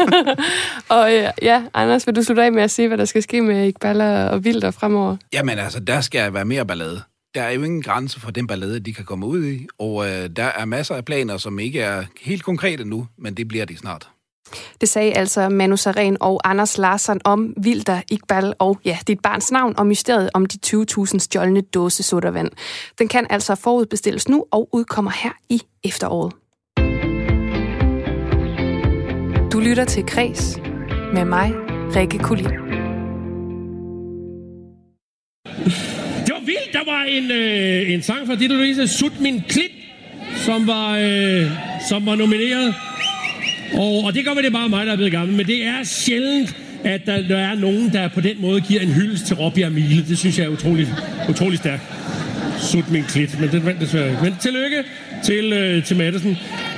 Og øh, ja, Anders, vil du slutte af med at sige, hvad der skal ske med Iqbal og Wilder fremover? Jamen altså, der skal være mere ballade. Der er jo ingen grænse for den ballade, de kan komme ud i, og øh, der er masser af planer, som ikke er helt konkrete nu, men det bliver de snart. Det sagde altså Manu Sareen og Anders Larsson om Wilder, Iqbal og ja, dit barns navn og mysteriet om de tyve tusind stjålne dåse sodavand. Den kan altså forudbestilles nu og udkommer her i efteråret. Du lytter til Kres med mig, Rikke Kulin. Det var vildt, der var en, øh, en sang fra Ditte Louise, Sut min klit, som var, øh, som var nomineret. Og, og det gør, at det er bare mig, der er blevet gammel. Men det er sjældent, at der, der er nogen, der på den måde giver en hyldest til Robbie Mile. Det synes jeg er utroligt, utroligt stærkt. Sut min klit, men den vandt desværre ikke. Men tillykke til, øh, til Madison.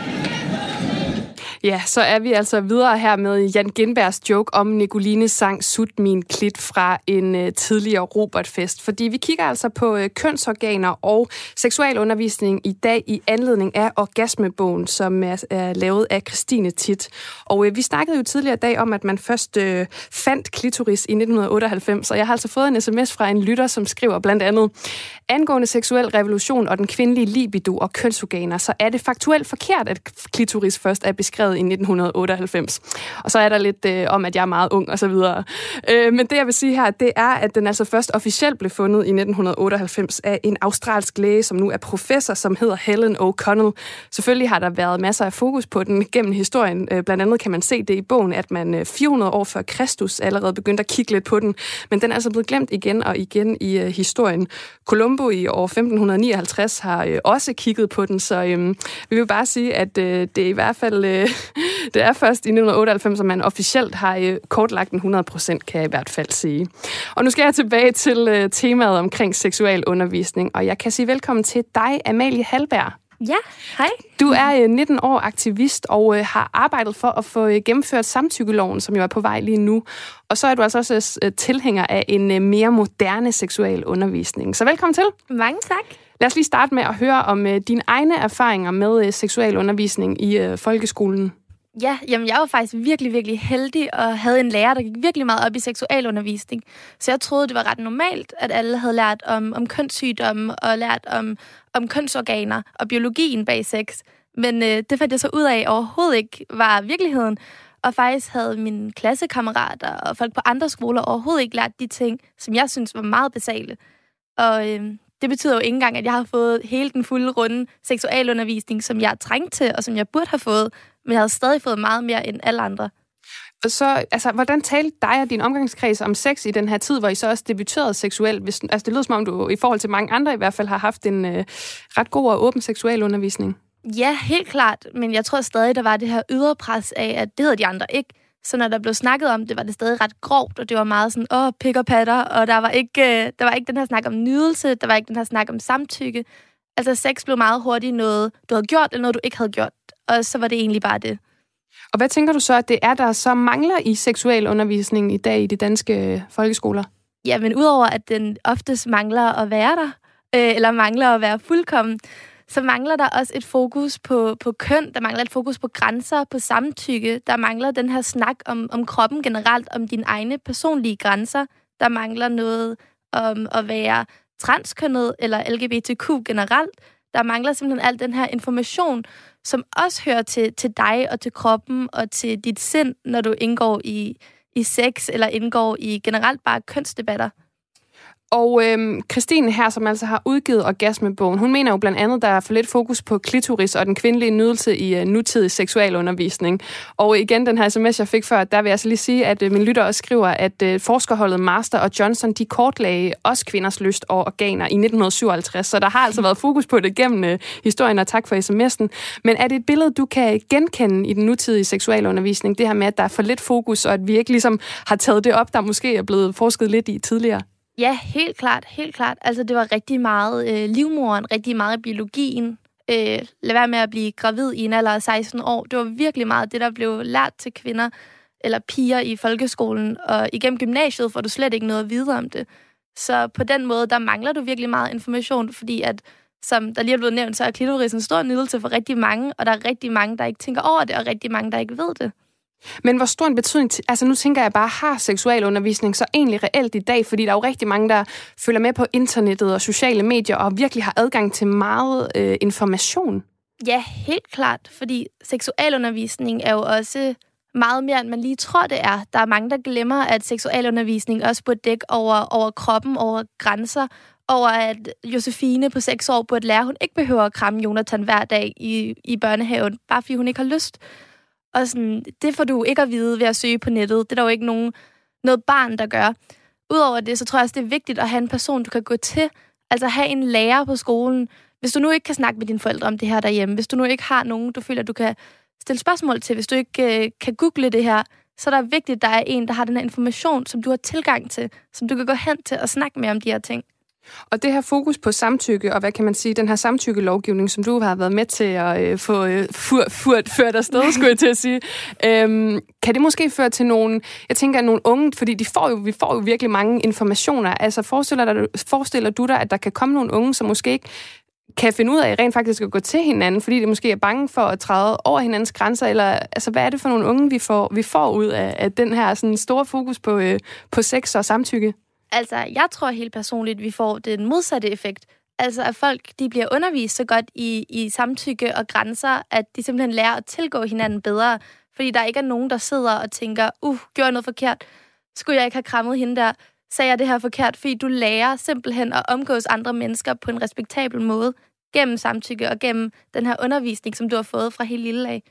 Ja, så er vi altså videre her med Jan Gindbergs joke om Nicolines sang Sut min klit fra en uh, tidligere Robertfest. Fordi vi kigger altså på uh, kønsorganer og seksualundervisning i dag i anledning af Orgasmebogen, som er, er lavet af Christine Tit. Og uh, vi snakkede jo tidligere i dag om, at man først uh, fandt klitoris i nitten otteoghalvfems, og jeg har altså fået en sms fra en lytter, som skriver blandt andet: angående seksuel revolution og den kvindelige libido og kønsorganer, så er det faktuelt forkert, at klitoris først er beskrevet i nitten otteoghalvfems. Og så er der lidt øh, om, at jeg er meget ung og så videre. Øh, men det, jeg vil sige her, det er, at den altså først officielt blev fundet i nitten otteoghalvfems af en australsk læge, som nu er professor, som hedder Helen O'Connell. Selvfølgelig har der været masser af fokus på den gennem historien. Øh, blandt andet kan man se det i bogen, at man fire hundrede år før Kristus allerede begyndte at kigge lidt på den. Men den er altså blevet glemt igen og igen i øh, historien. Columbo i år femten nioghalvtreds har øh, også kigget på den, så øh, vi vil bare sige, at øh, det er i hvert fald... Øh, Det er først i nitten otteoghalvfems, at man officielt har øh, kortlagt den hundrede procent, kan jeg i hvert fald sige. Og nu skal jeg tilbage til øh, temaet omkring seksualundervisning, og jeg kan sige velkommen til dig, Amalie Hallberg. Ja, hej. Du er øh, nitten år aktivist og øh, har arbejdet for at få øh, gennemført samtykkeloven, som jo er på vej lige nu. Og så er du altså også øh, tilhænger af en øh, mere moderne seksualundervisning. Så velkommen til. Mange tak. Lad os lige starte med at høre om øh, dine egne erfaringer med øh, seksualundervisning i øh, folkeskolen. Ja, jamen jeg var faktisk virkelig, virkelig heldig og havde en lærer, der gik virkelig meget op i seksualundervisning. Så jeg troede, det var ret normalt, at alle havde lært om, om kønssygdomme og lært om, om kønsorganer og biologien bag sex. Men øh, det fandt jeg så ud af overhovedet ikke var virkeligheden. Og faktisk havde mine klassekammerater og folk på andre skoler overhovedet ikke lært de ting, som jeg synes var meget basale. Og øh, det betyder jo ikke engang, at jeg har fået hele den fulde runde seksualundervisning, som jeg er trængt til, og som jeg burde have fået, men jeg havde stadig fået meget mere end alle andre. Så altså, hvordan talte dig og din omgangskreds om sex i den her tid, hvor I så også debuterede seksuelt? Hvis, altså, det lyder som om, du i forhold til mange andre i hvert fald har haft en øh, ret god og åben seksualundervisning. Ja, helt klart, men jeg tror stadig, der var det her ydre pres af, at det havde de andre ikke. Så når der blev snakket om det, var det stadig ret grovt, og det var meget sådan, åh, pik og patter, og der var, ikke, øh, der var ikke den her snak om nydelse, der var ikke den her snak om samtykke. Altså, sex blev meget hurtigt noget, du havde gjort, eller noget, du ikke havde gjort. Og så var det egentlig bare det. Og hvad tænker du så, at det er, der så mangler i seksualundervisningen i dag i de danske folkeskoler? Ja, men udover at den oftest mangler at være der, øh, eller mangler at være fuldkommen, så mangler der også et fokus på, på køn, der mangler et fokus på grænser, på samtykke, der mangler den her snak om, om kroppen generelt, om dine egne personlige grænser, der mangler noget om at være transkønnet eller L G B T Q generelt, der mangler simpelthen al den her information, som også hører til, til dig og til kroppen og til dit sind, når du indgår i, i sex eller indgår i generelt bare kønsdebatter. Og øhm, Christine her, som altså har udgivet Orgasmebogen, hun mener jo blandt andet, der er for lidt fokus på klitoris og den kvindelige nydelse i uh, nutidig seksualundervisning. Og igen, den her sms, jeg fik før, der vil jeg så lige sige, at uh, min lytter også skriver, at uh, forskerholdet Master og Johnson, de kortlagde også kvinders lyst og organer i nitten syvoghalvtreds. Så der har altså været fokus på det gennem uh, historien, og tak for sms'en. Men er det et billede, du kan genkende i den nutidige seksualundervisning, det her med, at der er for lidt fokus, og at vi ikke ligesom har taget det op, der måske er blevet forsket lidt i tidligere? Ja, helt klart, helt klart. Altså, det var rigtig meget øh, livmoderen, rigtig meget biologien. Øh, lad være med at blive gravid i en alder af seksten år. Det var virkelig meget det, der blev lært til kvinder eller piger i folkeskolen. Og igennem gymnasiet får du slet ikke noget at vide om det. Så på den måde, der mangler du virkelig meget information, fordi at, som der lige er blevet nævnt, så er klitoris en stor nydelse for rigtig mange, og der er rigtig mange, der ikke tænker over det, og rigtig mange, der ikke ved det. Men hvor stor en betydning, t- altså nu tænker jeg bare, har seksualundervisning så egentlig reelt i dag? Fordi der er jo rigtig mange, der følger med på internettet og sociale medier, og virkelig har adgang til meget øh, information. Ja, helt klart, fordi seksualundervisning er jo også meget mere, end man lige tror, det er. Der er mange, der glemmer, at seksualundervisning også burde dække over, over kroppen, over grænser, over at Josefine på seks år burde lære, at hun ikke behøver at kramme Jonathan hver dag i, i børnehaven, bare fordi hun ikke har lyst. Og sådan, det får du ikke at vide ved at søge på nettet. Det er der jo ikke nogen, noget barn, der gør. Udover det, så tror jeg også, det er vigtigt at have en person, du kan gå til. Altså have en lærer på skolen. Hvis du nu ikke kan snakke med dine forældre om det her derhjemme, hvis du nu ikke har nogen, du føler, du kan stille spørgsmål til, hvis du ikke øh, kan google det her, så er det vigtigt, at der er en, der har den her information, som du har tilgang til, som du kan gå hen til og snakke med om de her ting. Og det her fokus på samtykke, og hvad kan man sige, den her samtykkelovgivning, som du har været med til at øh, få øh, furt, furt, ført afsted, skulle jeg til at sige, øhm, kan det måske føre til nogle, jeg tænker, nogle unge, fordi de får jo, vi får jo virkelig mange informationer. Altså forestiller, dig, forestiller du dig, at der kan komme nogle unge, som måske ikke kan finde ud af rent faktisk at gå til hinanden, fordi de måske er bange for at træde over hinandens grænser, eller altså, hvad er det for nogle unge, vi får, vi får ud af, af den her sådan store fokus på, øh, på sex og samtykke? Altså, jeg tror helt personligt, vi får den modsatte effekt. Altså, at folk de bliver undervist så godt i, i samtykke og grænser, at de simpelthen lærer at tilgå hinanden bedre. Fordi der ikke er nogen, der sidder og tænker, uh, gjorde jeg noget forkert? Skulle jeg ikke have krammet hende der? Sagde jeg det her forkert? Fordi du lærer simpelthen at omgås andre mennesker på en respektabel måde, gennem samtykke og gennem den her undervisning, som du har fået fra helt lille af.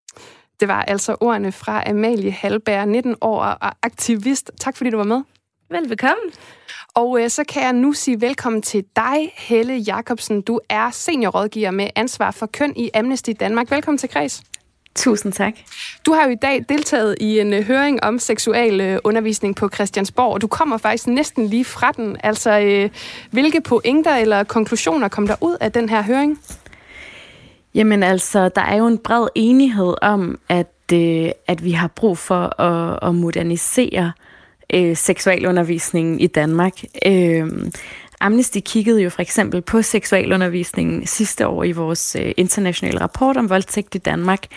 Det var altså ordene fra Amalie Hallberg, nitten år og aktivist. Tak fordi du var med. Velbekomme. Og øh, så kan jeg nu sige velkommen til dig, Helle Jacobsen. Du er seniorrådgiver med ansvar for køn i Amnesty Danmark. Velkommen til Kreds. Tusind tak. Du har jo i dag deltaget i en uh, høring om seksuel uh, undervisning på Christiansborg, og du kommer faktisk næsten lige fra den. Altså, uh, hvilke pointer eller konklusioner kom der ud af den her høring? Jamen altså, der er jo en bred enighed om, at, øh, at vi har brug for at, at modernisere øh, seksualundervisningen i Danmark. Øh, Amnesty kiggede jo for eksempel på seksualundervisningen sidste år i vores øh, internationale rapport om voldtægt i Danmark.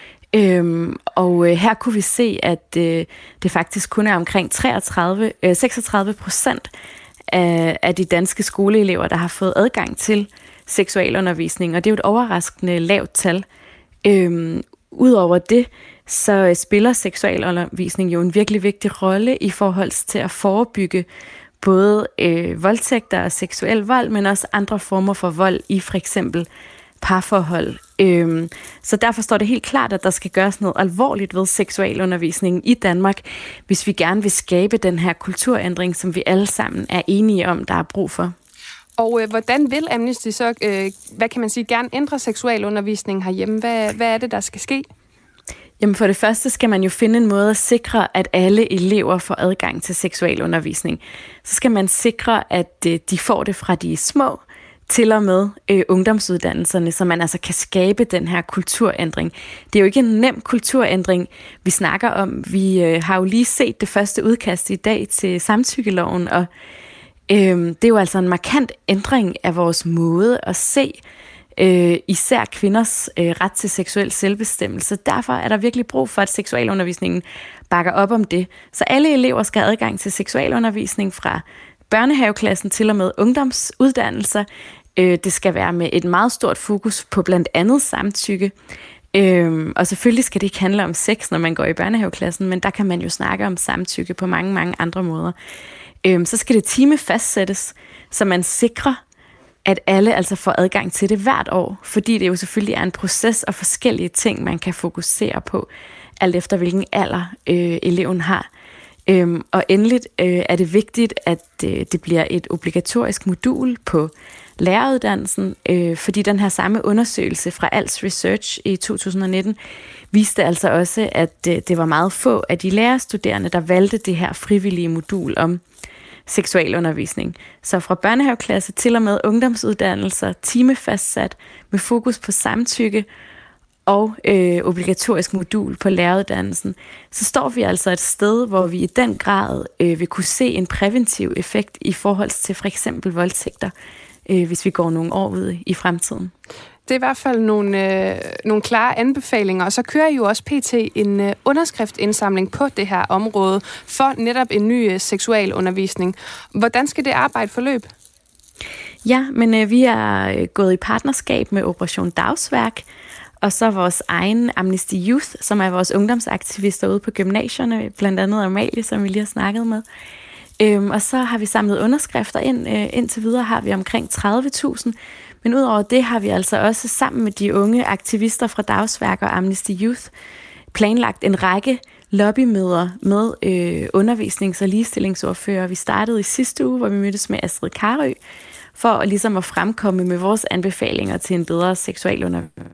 Øhm, og øh, her kunne vi se, at øh, det faktisk kun er omkring treogtredive, øh, seksogtredive procent af, af de danske skoleelever, der har fået adgang til seksualundervisning, og det er jo et overraskende lavt tal. Øhm, Udover det, så spiller seksualundervisning jo en virkelig vigtig rolle i forhold til at forebygge både øh, voldtægter og seksuel vold, men også andre former for vold i for eksempel parforhold. Øhm, så derfor står det helt klart, at der skal gøres noget alvorligt ved seksualundervisningen i Danmark, hvis vi gerne vil skabe den her kulturændring, som vi alle sammen er enige om, der er brug for. Og øh, hvordan vil Amnesty så, øh, hvad kan man sige, gerne ændre seksualundervisningen herhjemme? Hvad, hvad er det, der skal ske? Jamen for det første skal man jo finde en måde at sikre, at alle elever får adgang til seksualundervisning. Så skal man sikre, at øh, de får det fra de små til og med øh, ungdomsuddannelserne, så man altså kan skabe den her kulturændring. Det er jo ikke en nem kulturændring, vi snakker om. Vi øh, har jo lige set det første udkast i dag til samtykkeloven, og øh, det er jo altså en markant ændring af vores måde at se øh, især kvinders øh, ret til seksuel selvbestemmelse. Derfor er der virkelig brug for, at seksualundervisningen bakker op om det. Så alle elever skal have adgang til seksualundervisning fra børnehaveklassen til og med ungdomsuddannelser. Det skal være med et meget stort fokus på blandt andet samtykke. Og selvfølgelig skal det ikke handle om sex, når man går i børnehaveklassen, men der kan man jo snakke om samtykke på mange, mange andre måder. Så skal det time fastsættes, så man sikrer, at alle altså får adgang til det hvert år, fordi det jo selvfølgelig er en proces og forskellige ting, man kan fokusere på, alt efter hvilken alder øh, eleven har. Øhm, og endeligt øh, er det vigtigt, at øh, det bliver et obligatorisk modul på læreruddannelsen, øh, fordi den her samme undersøgelse fra Als Research i to tusind nitten viste altså også, at øh, det var meget få af de lærerstuderende, der valgte det her frivillige modul om seksualundervisning. Så fra børnehaveklasse til og med ungdomsuddannelser, timefastsat med fokus på samtykke og øh, obligatorisk modul på læreruddannelsen, så står vi altså et sted, hvor vi i den grad øh, vil kunne se en præventiv effekt i forhold til for eksempel voldtægter, øh, hvis vi går nogle år ud i fremtiden. Det er i hvert fald nogle, øh, nogle klare anbefalinger, og så kører I jo også P T en øh, underskriftindsamling på det her område for netop en ny øh, seksualundervisning. Hvordan skal det arbejde forløbe? Ja, men øh, vi er øh, gået i partnerskab med Operation Dagsværk, og så vores egen Amnesty Youth, som er vores ungdomsaktivister ude på gymnasierne, blandt andet Amalie, som vi lige har snakket med. Øhm, og så har vi samlet underskrifter ind. Øh, indtil videre har vi omkring tredive tusind. Men udover det har vi altså også sammen med de unge aktivister fra Dagsværk og Amnesty Youth planlagt en række lobbymøder med øh, undervisnings- og ligestillingsordfører. Vi startede i sidste uge, hvor vi mødtes med Astrid Carøe, for ligesom at fremkomme med vores anbefalinger til en bedre seksualundervisning.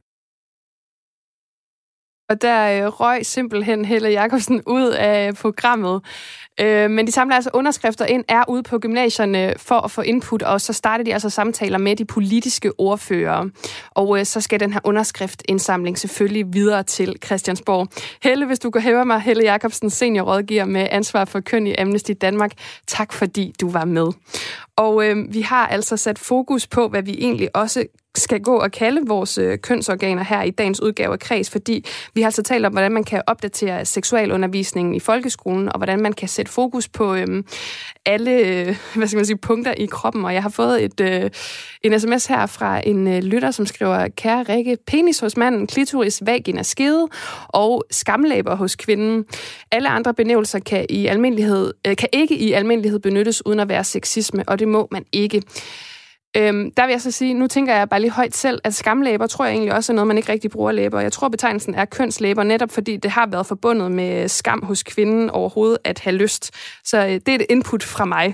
Og der øh, røg simpelthen Helle Jacobsen ud af programmet. Øh, men de samler altså underskrifter ind, er ude på gymnasierne for at få input, og så starter de altså samtaler med de politiske ordførere. Og øh, så skal den her underskriftindsamling selvfølgelig videre til Christiansborg. Helle, hvis du kan høre mig, Helle Jacobsen, seniorrådgiver med ansvar for køn i Amnesty Danmark. Tak fordi du var med. Og øh, vi har altså sat fokus på, hvad vi egentlig også skal gå og kalde vores øh, kønsorganer her i dagens udgave af Kreds, fordi vi har altså talt om, hvordan man kan opdatere seksualundervisningen i folkeskolen, og hvordan man kan sætte fokus på øh, alle øh, hvad skal man sige, punkter i kroppen. Og jeg har fået et, øh, en sms her fra en øh, lytter, som skriver: Kære Rikke, penis hos manden, klitoris, vagina, skede og skamlæber hos kvinden. Alle andre benævelser kan, i almindelighed, øh, kan ikke i almindelighed benyttes uden at være sexisme, og det må man ikke. Øhm, der vil jeg så sige, nu tænker jeg bare lige højt selv, at skamlæber tror jeg egentlig også er noget, man ikke rigtig bruger læber. Jeg tror, betegnelsen er kønslæber, netop fordi det har været forbundet med skam hos kvinden overhovedet at have lyst. Så øh, det er et input fra mig.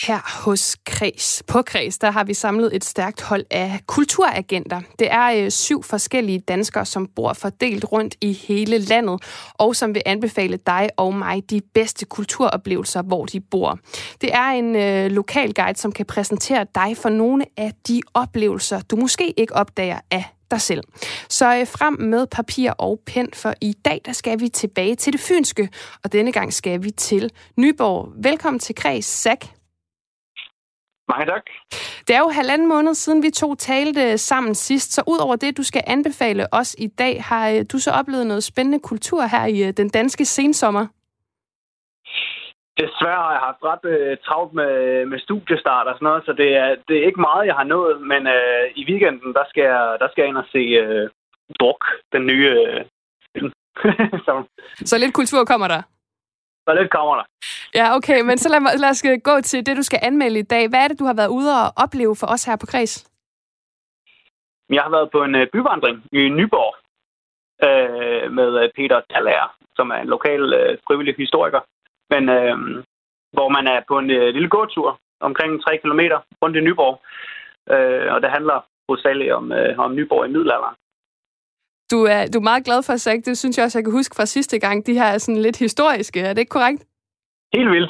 Her hos Kreds. På Kreds, der har vi samlet et stærkt hold af kulturagenter. Det er øh, syv forskellige danskere, som bor fordelt rundt i hele landet, og som vil anbefale dig og mig de bedste kulturoplevelser, hvor de bor. Det er en øh, lokal guide, som kan præsentere dig for nogle af de oplevelser, du måske ikke opdager af dig selv. Så øh, frem med papir og pen, for i dag der skal vi tilbage til det fynske, og denne gang skal vi til Nyborg. Velkommen til Kreds, Zach. Mange tak. Det er jo halvanden måned siden, vi to talte sammen sidst, så ud over det, du skal anbefale os i dag, har øh, du så oplevet noget spændende kultur her i øh, den danske sensommer? Desværre har jeg haft ret øh, travlt med, med studiestart og sådan noget, så det er, det er ikke meget, jeg har nået. Men øh, i weekenden, der skal jeg, der skal jeg ind og se øh, Druk, den nye øh, film. så. så lidt kultur kommer der? Så lidt kommer der. Ja, okay, men så lad, lad os gå til det, du skal anmelde i dag. Hvad er det, du har været ude og opleve for os her på Kreds? Jeg har været på en øh, byvandring i Nyborg øh, med Peter Dallager, som er en lokal øh, frivillig historiker. Men øh, hvor man er på en øh, lille gåtur omkring tre kilometer rundt i Nyborg. Øh, og det handler hovedsageligt om, øh, om Nyborg i middelalderen. Du er, du er meget glad for, Zach. Det synes jeg også, jeg kan huske fra sidste gang. De her er sådan lidt historiske. Er det ikke korrekt? Helt vildt.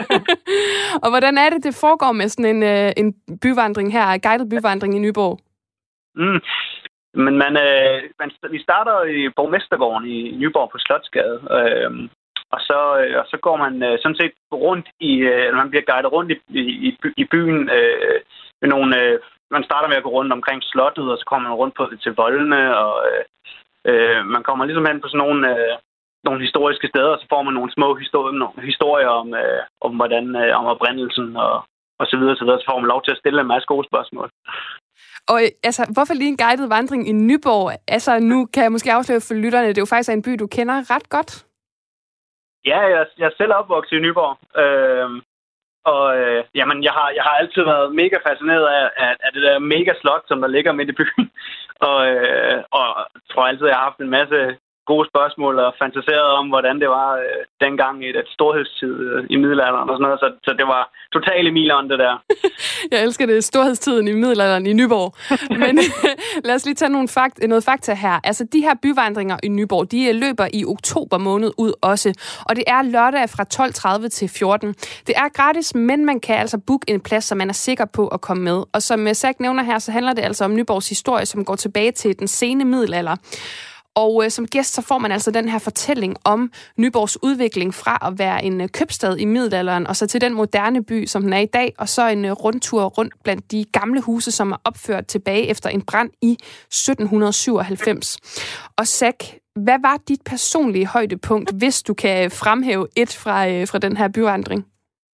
Og hvordan er det, det foregår med sådan en, øh, en byvandring her, guided byvandring i Nyborg? Mm. Men man, øh, man, vi starter i Borgmestergården i Nyborg på Slotsgade. Øh, Og så, og så går man øh, sådan set rundt i, øh, man bliver guidet rundt i, i, i byen øh, med nogle, øh, man starter med at gå rundt omkring slottet, og så kommer man rundt på, til voldene, og øh, man kommer ligesom hen på sådan nogle, øh, nogle historiske steder, og så får man nogle små historier, nogle historier om, øh, om, hvordan, øh, om oprindelsen, og, og så videre, så videre. Så får man lov til at stille en masse gode spørgsmål. Og altså, hvorfor lige en guided vandring i Nyborg? Altså, nu kan jeg måske afsløre for lytterne, det er jo faktisk en by, du kender ret godt. Ja, jeg, jeg er selv opvokset i Nyborg, øh, og øh, jamen, jeg, har, jeg har altid været mega fascineret af, af, af det der mega slot, som der ligger midt i byen, og, øh, og jeg tror altid, jeg har haft en masse gode spørgsmål og fantaseret om, hvordan det var øh, dengang i et storhedstid øh, i middelalderen og sådan noget, så, så det var totalt Emil on det der. Jeg elsker det, storhedstiden i middelalderen i Nyborg. Men lad os lige tage nogle fakt, noget fakta her. Altså, de her byvandringer i Nyborg, de løber i oktober måned ud også, og det er lørdag fra tolv tredive til fjorten. Det er gratis, men man kan altså booke en plads, så man er sikker på at komme med. Og som Zach nævner her, så handler det altså om Nyborgs historie, som går tilbage til den sene middelalder. Og øh, som gæst, så får man altså den her fortælling om Nyborgs udvikling fra at være en øh, købstad i middelalderen, og så til den moderne by, som den er i dag, og så en øh, rundtur rundt blandt de gamle huse, som er opført tilbage efter en brand i sytten syvoghalvfems. Og Zach, hvad var dit personlige højdepunkt, hvis du kan fremhæve et fra, øh, fra den her byvandring?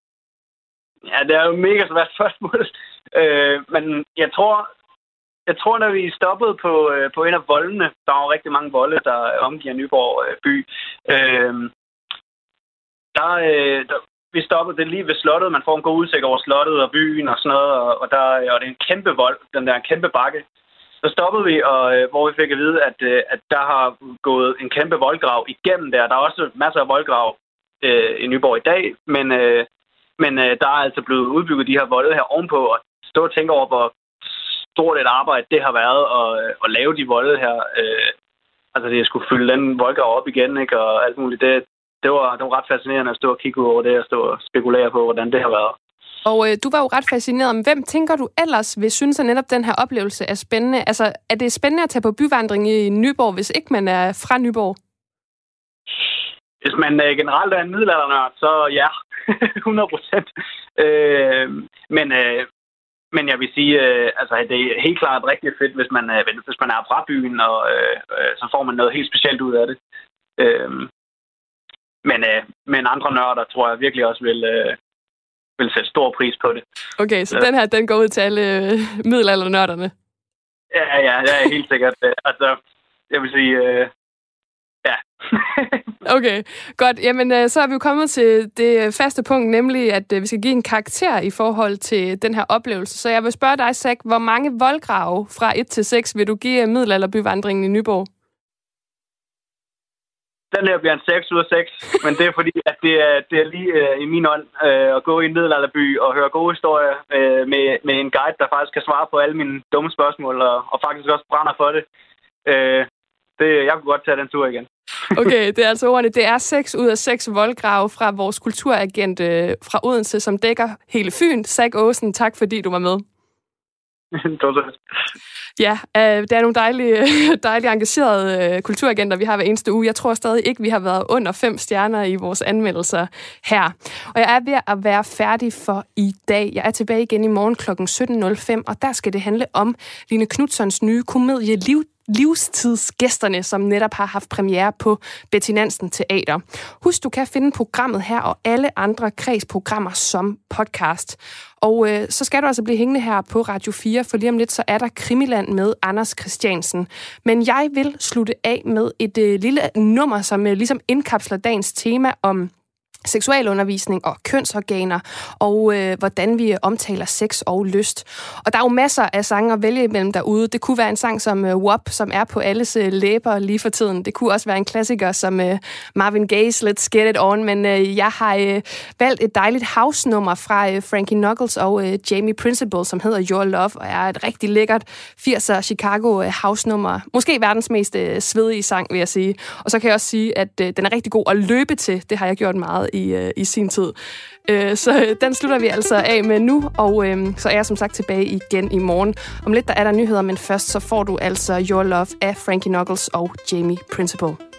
Ja, det er jo et mega svært spørgsmål. Øh, men jeg tror... Jeg tror, når vi stoppede på, øh, på en af voldene, der var rigtig mange volde, der omgiver Nyborg øh, by. Øh, der, øh, der, vi stoppede det lige ved slottet. Man får en god udsigt over slottet og byen og sådan noget. Og, og, der, og det er en kæmpe vold, den der kæmpe bakke. Så stoppede vi, og, øh, hvor vi fik at vide, at, øh, at der har gået en kæmpe voldgrav igennem der. Der er også masser af voldgrav øh, i Nyborg i dag, men, øh, men øh, der er altså blevet udbygget de her volde her ovenpå. Og stå og tænke over, hvor stort et arbejde det har været at, at lave de volde her. Øh, altså det at skulle fylde den voldgrav op igen, ikke, og alt muligt. Det, det, var, det var ret fascinerende at stå og kigge ud over det og stå og spekulere på, hvordan det har været. Og øh, du var jo ret fascineret. Men hvem tænker du ellers vil synes, at netop den her oplevelse er spændende? Altså, er det spændende at tage på byvandring i Nyborg, hvis ikke man er fra Nyborg? Hvis man øh, generelt er en middelaldernørd, så ja, hundrede procent. Øh, men... Øh, Men jeg vil sige, øh, altså det er helt klart rigtig fedt, hvis man, øh, hvis man er fra byen, og øh, øh, så får man noget helt specielt ud af det. Øh, men, øh, men andre nørder tror jeg virkelig også vil, øh, vil sætte stor pris på det. Okay, så ja. Den her, den går ud til alle øh, middelaldernørderne? Ja, ja, ja, helt sikkert. Altså, jeg vil sige... Øh, Ja. Okay, godt. Jamen, så er vi jo kommet til det faste punkt, nemlig at vi skal give en karakter i forhold til den her oplevelse. Så jeg vil spørge dig, Zach, hvor mange voldgrave fra et til seks vil du give middelalderbyvandringen i Nyborg? den her bliver en seks ud af seks, men det er fordi, at det er, det er lige øh, i min ånd øh, at gå i en middelalderby og høre gode historier øh, med, med en guide, der faktisk kan svare på alle mine dumme spørgsmål, og, og faktisk også brænder for det. Øh, det. Jeg kunne godt tage den tur igen. Okay, det er altså ordene. Det er seks ud af seks voldgrave fra vores kulturagent øh, fra Odense, som dækker hele Fyn. Zach Aasen, tak fordi du var med. Ja, øh, det er nogle dejlige, dejlige engagerede øh, kulturagenter, vi har hver eneste uge. Jeg tror stadig ikke, vi har været under fem stjerner i vores anmeldelser her. Og jeg er ved at være færdig for i dag. Jeg er tilbage igen i morgen klokken sytten nul fem, og der skal det handle om Line Knutzons nye komedie Liv Livstidsgæsterne, som netop har haft premiere på Betty Nansen Teater. Husk, du kan finde programmet her og alle andre kredsprogrammer som podcast. Og øh, så skal du altså blive hængende her på Radio fire, for lige om lidt så er der Krimiland med Anders Christiansen. Men jeg vil slutte af med et øh, lille nummer, som øh, ligesom indkapsler dagens tema om seksualundervisning og kønsorganer, og øh, hvordan vi omtaler sex og lyst. Og der er jo masser af sange at vælge imellem derude. Det kunne være en sang som øh, W A P, som er på alles øh, læber lige for tiden. Det kunne også være en klassiker som øh, Marvin Gaye's Let's Get It On, men øh, jeg har øh, valgt et dejligt house-nummer fra øh, Frankie Knuckles og øh, Jamie Principle, som hedder Your Love, og er et rigtig lækkert firser Chicago øh, house-nummer. Måske verdens mest øh, svedige sang, vil jeg sige. Og så kan jeg også sige, at øh, den er rigtig god at løbe til. Det har jeg gjort meget i, øh, i sin tid. Øh, så øh, den slutter vi altså af med nu, og øh, så er jeg som sagt tilbage igen i morgen. Om lidt der er der nyheder, men først så får du altså Your Love af Frankie Knuckles og Jamie Principle.